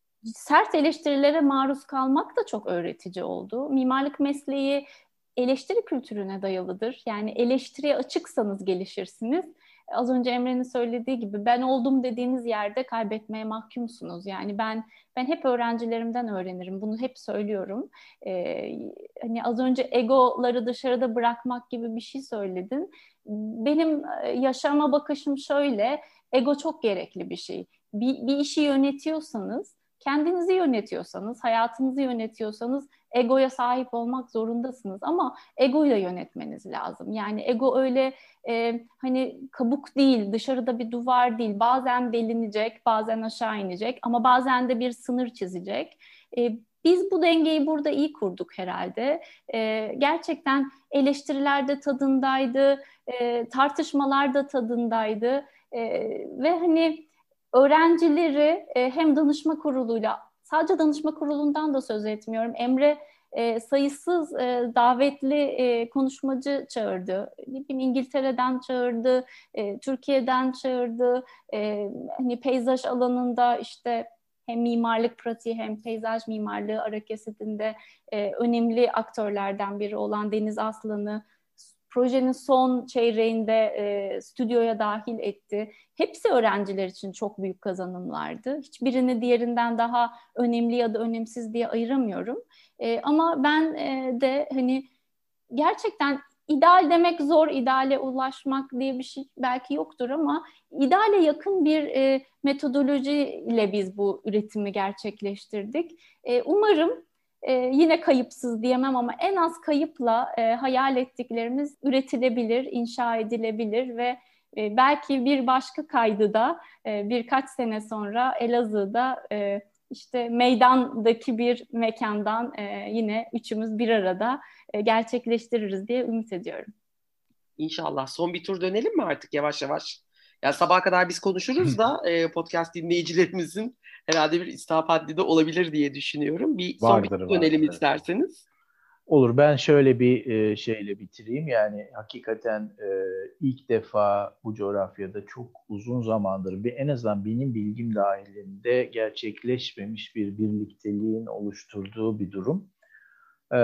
sert eleştirilere maruz kalmak da çok öğretici oldu. Mimarlık mesleği eleştiri kültürüne dayalıdır. Yani eleştiriye açıksanız gelişirsiniz. Az önce Emre'nin söylediği gibi ben oldum dediğiniz yerde kaybetmeye mahkumsunuz. Yani ben ben hep öğrencilerimden öğrenirim. Bunu hep söylüyorum. Ee, hani az önce egoları dışarıda bırakmak gibi bir şey söyledin. Benim yaşama bakışım şöyle. Ego çok gerekli bir şey. Bir, bir işi yönetiyorsanız, kendinizi yönetiyorsanız, hayatınızı yönetiyorsanız egoya sahip olmak zorundasınız. Ama egoyla yönetmeniz lazım. Yani ego öyle e, hani kabuk değil, dışarıda bir duvar değil. Bazen delinecek, bazen aşağı inecek ama bazen de bir sınır çizecek. E, biz bu dengeyi burada iyi kurduk herhalde. E, gerçekten eleştiriler de tadındaydı, e, tartışmalar da tadındaydı. E, ve hani öğrencileri e, hem danışma kuruluyla, sadece danışma kurulundan da söz etmiyorum. Emre e, sayısız e, davetli e, konuşmacı çağırdı. Ne bileyim, İngiltere'den çağırdı, e, Türkiye'den çağırdı. E, hani peyzaj alanında işte hem mimarlık pratiği hem peyzaj mimarlığı hareketinde e, önemli aktörlerden biri olan Deniz Aslan'ı projenin son çeyreğinde e, stüdyoya dahil etti. Hepsi öğrenciler için çok büyük kazanımlardı. Hiçbirini diğerinden daha önemli ya da önemsiz diye ayıramıyorum. E, ama ben e, de hani gerçekten ideal demek zor, ideale ulaşmak diye bir şey belki yoktur ama ideale yakın bir e, metodolojiyle biz bu üretimi gerçekleştirdik. E, umarım Ee, yine kayıpsız diyemem ama en az kayıpla e, hayal ettiklerimiz üretilebilir, inşa edilebilir ve e, belki bir başka kaydıda e, birkaç sene sonra Elazığ'da e, işte meydandaki bir mekandan e, yine üçümüz bir arada e, gerçekleştiririz diye ümit ediyorum. İnşallah. Son bir tur dönelim mi artık yavaş yavaş? Ya sabaha kadar biz konuşuruz da e, podcast dinleyicilerimizin herhalde bir istihap haddi de olabilir diye düşünüyorum. Bir son bir Vardır, tur dönelim vardır. isterseniz. Olur. Ben şöyle bir e, şeyle bitireyim. Yani hakikaten e, ilk defa bu coğrafyada çok uzun zamandır, bir en azından benim bilgim dahilinde gerçekleşmemiş bir birlikteliğin oluşturduğu bir durum. E,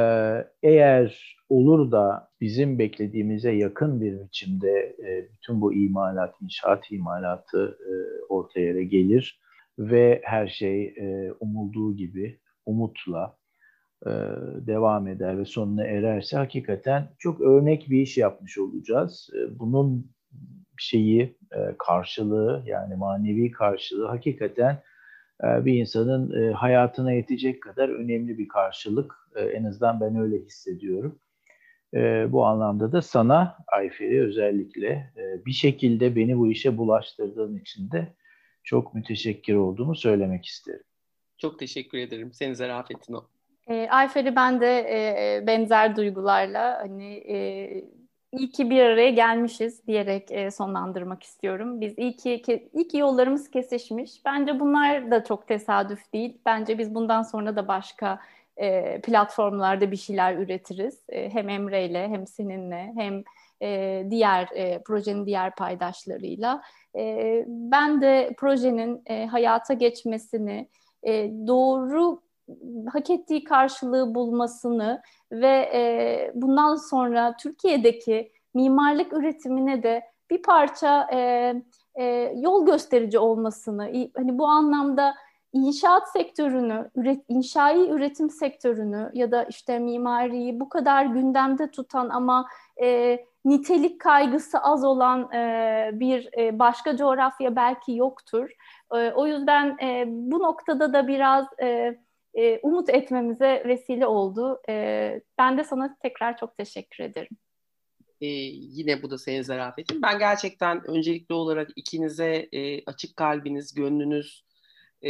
eğer olur da bizim beklediğimize yakın bir biçimde e, bütün bu imalat, inşaat imalatı e, ortaya gelir ve her şey e, umulduğu gibi umutla e, devam eder ve sonuna ererse hakikaten çok örnek bir iş yapmış olacağız. E, bunun şeyi e, karşılığı, yani manevi karşılığı hakikaten e, bir insanın e, hayatına yetecek kadar önemli bir karşılık. E, en azından ben öyle hissediyorum. E, bu anlamda da sana Ayfer'i özellikle e, bir şekilde beni bu işe bulaştırdığın için de çok müteşekkir olduğumu söylemek isterim. Çok teşekkür ederim. Senin zarafetin o. E, Ayfer'i ben de e, benzer duygularla hani e, iyi ki bir araya gelmişiz diyerek e, sonlandırmak istiyorum. Biz iyi ki, ke, iyi ki yollarımız kesişmiş. Bence bunlar da çok tesadüf değil. Bence biz bundan sonra da başka e, platformlarda bir şeyler üretiriz. E, hem Emre'yle hem seninle hem e, diğer e, projenin diğer paydaşlarıyla. E, ben de projenin e, hayata geçmesini, e, doğru hak ettiği karşılığı bulmasını ve e, bundan sonra Türkiye'deki mimarlık üretimine de bir parça e, e, yol gösterici olmasını, hani bu anlamda inşaat sektörünü, üret, inşai üretim sektörünü ya da işte mimariyi bu kadar gündemde tutan ama e, nitelik kaygısı az olan e, bir e, başka coğrafya belki yoktur. E, o yüzden e, bu noktada da biraz e, e, umut etmemize vesile oldu. E, ben de sana tekrar çok teşekkür ederim. Ee, yine bu da senin zarafetin. Ben gerçekten öncelikli olarak ikinize e, açık kalbiniz, gönlünüz e,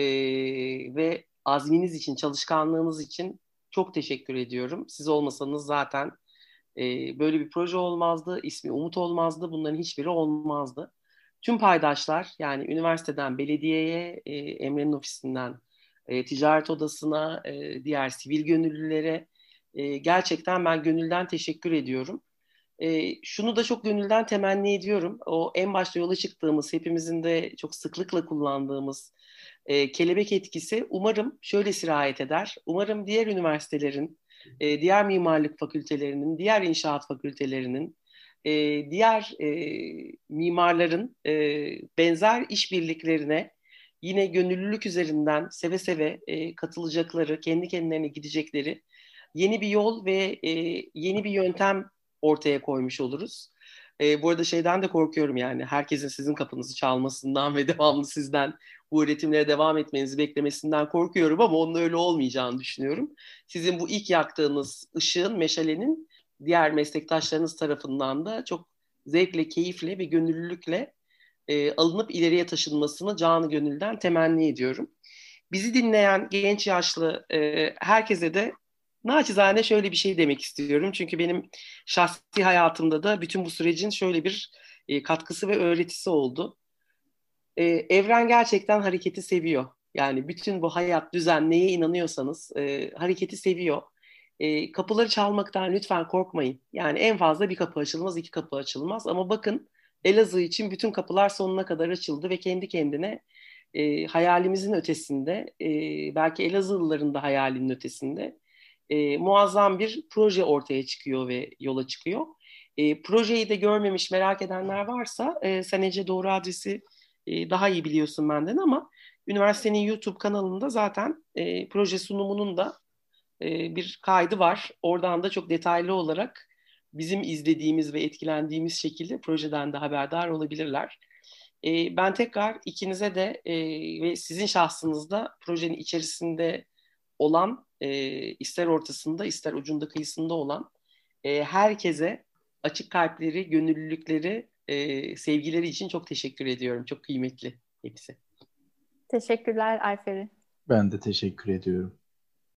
ve azminiz için, çalışkanlığınız için çok teşekkür ediyorum. Siz olmasanız zaten e, böyle bir proje olmazdı, ismi Umut olmazdı, bunların hiçbiri olmazdı. Tüm paydaşlar, yani üniversiteden belediyeye, e, Emre'nin ofisinden e, ticaret odasına, e, diğer sivil gönüllülere e, gerçekten ben gönülden teşekkür ediyorum. E, şunu da çok gönülden temenni ediyorum. O en başta yola çıktığımız, hepimizin de çok sıklıkla kullandığımız e, kelebek etkisi umarım şöyle sirayet eder. Umarım diğer üniversitelerin, e, diğer mimarlık fakültelerinin, diğer inşaat fakültelerinin, e, diğer e, mimarların e, benzer işbirliklerine yine gönüllülük üzerinden seve seve e, katılacakları, kendi kendilerine gidecekleri yeni bir yol ve e, yeni bir yöntem ortaya koymuş oluruz. E, bu arada şeyden de korkuyorum, yani herkesin sizin kapınızı çalmasından ve devamlı sizden bu üretimlere devam etmenizi beklemesinden korkuyorum, ama onun öyle olmayacağını düşünüyorum. Sizin bu ilk yaktığınız ışığın, meşalenin diğer meslektaşlarınız tarafından da çok zevkle, keyifle ve gönüllülükle e, alınıp ileriye taşınmasını canı gönülden temenni ediyorum. Bizi dinleyen genç yaşlı e, herkese de naçizane şöyle bir şey demek istiyorum. Çünkü benim şahsi hayatımda da bütün bu sürecin şöyle bir e, katkısı ve öğretisi oldu. E, evren gerçekten hareketi seviyor. Yani bütün bu hayat, düzen, neye inanıyorsanız e, hareketi seviyor. E, kapıları çalmaktan lütfen korkmayın. Yani en fazla bir kapı açılmaz, iki kapı açılmaz. Ama bakın, Elazığ için bütün kapılar sonuna kadar açıldı ve kendi kendine e, hayalimizin ötesinde, e, belki Elazığlıların da hayalinin ötesinde e, muazzam bir proje ortaya çıkıyor ve yola çıkıyor. E, projeyi de görmemiş, merak edenler varsa e, sen Ece doğru adresi e, daha iyi biliyorsun benden, ama üniversitenin YouTube kanalında zaten e, proje sunumunun da e, bir kaydı var. Oradan da çok detaylı olarak bizim izlediğimiz ve etkilendiğimiz şekilde projeden de haberdar olabilirler. E, ben tekrar ikinize de e, ve sizin şahsınızda projenin içerisinde olan, e, ister ortasında ister ucunda kıyısında olan e, herkese açık kalpleri, gönüllülükleri, e, sevgileri için çok teşekkür ediyorum. Çok kıymetli hepsi. Teşekkürler Ayferi. Ben de teşekkür ediyorum.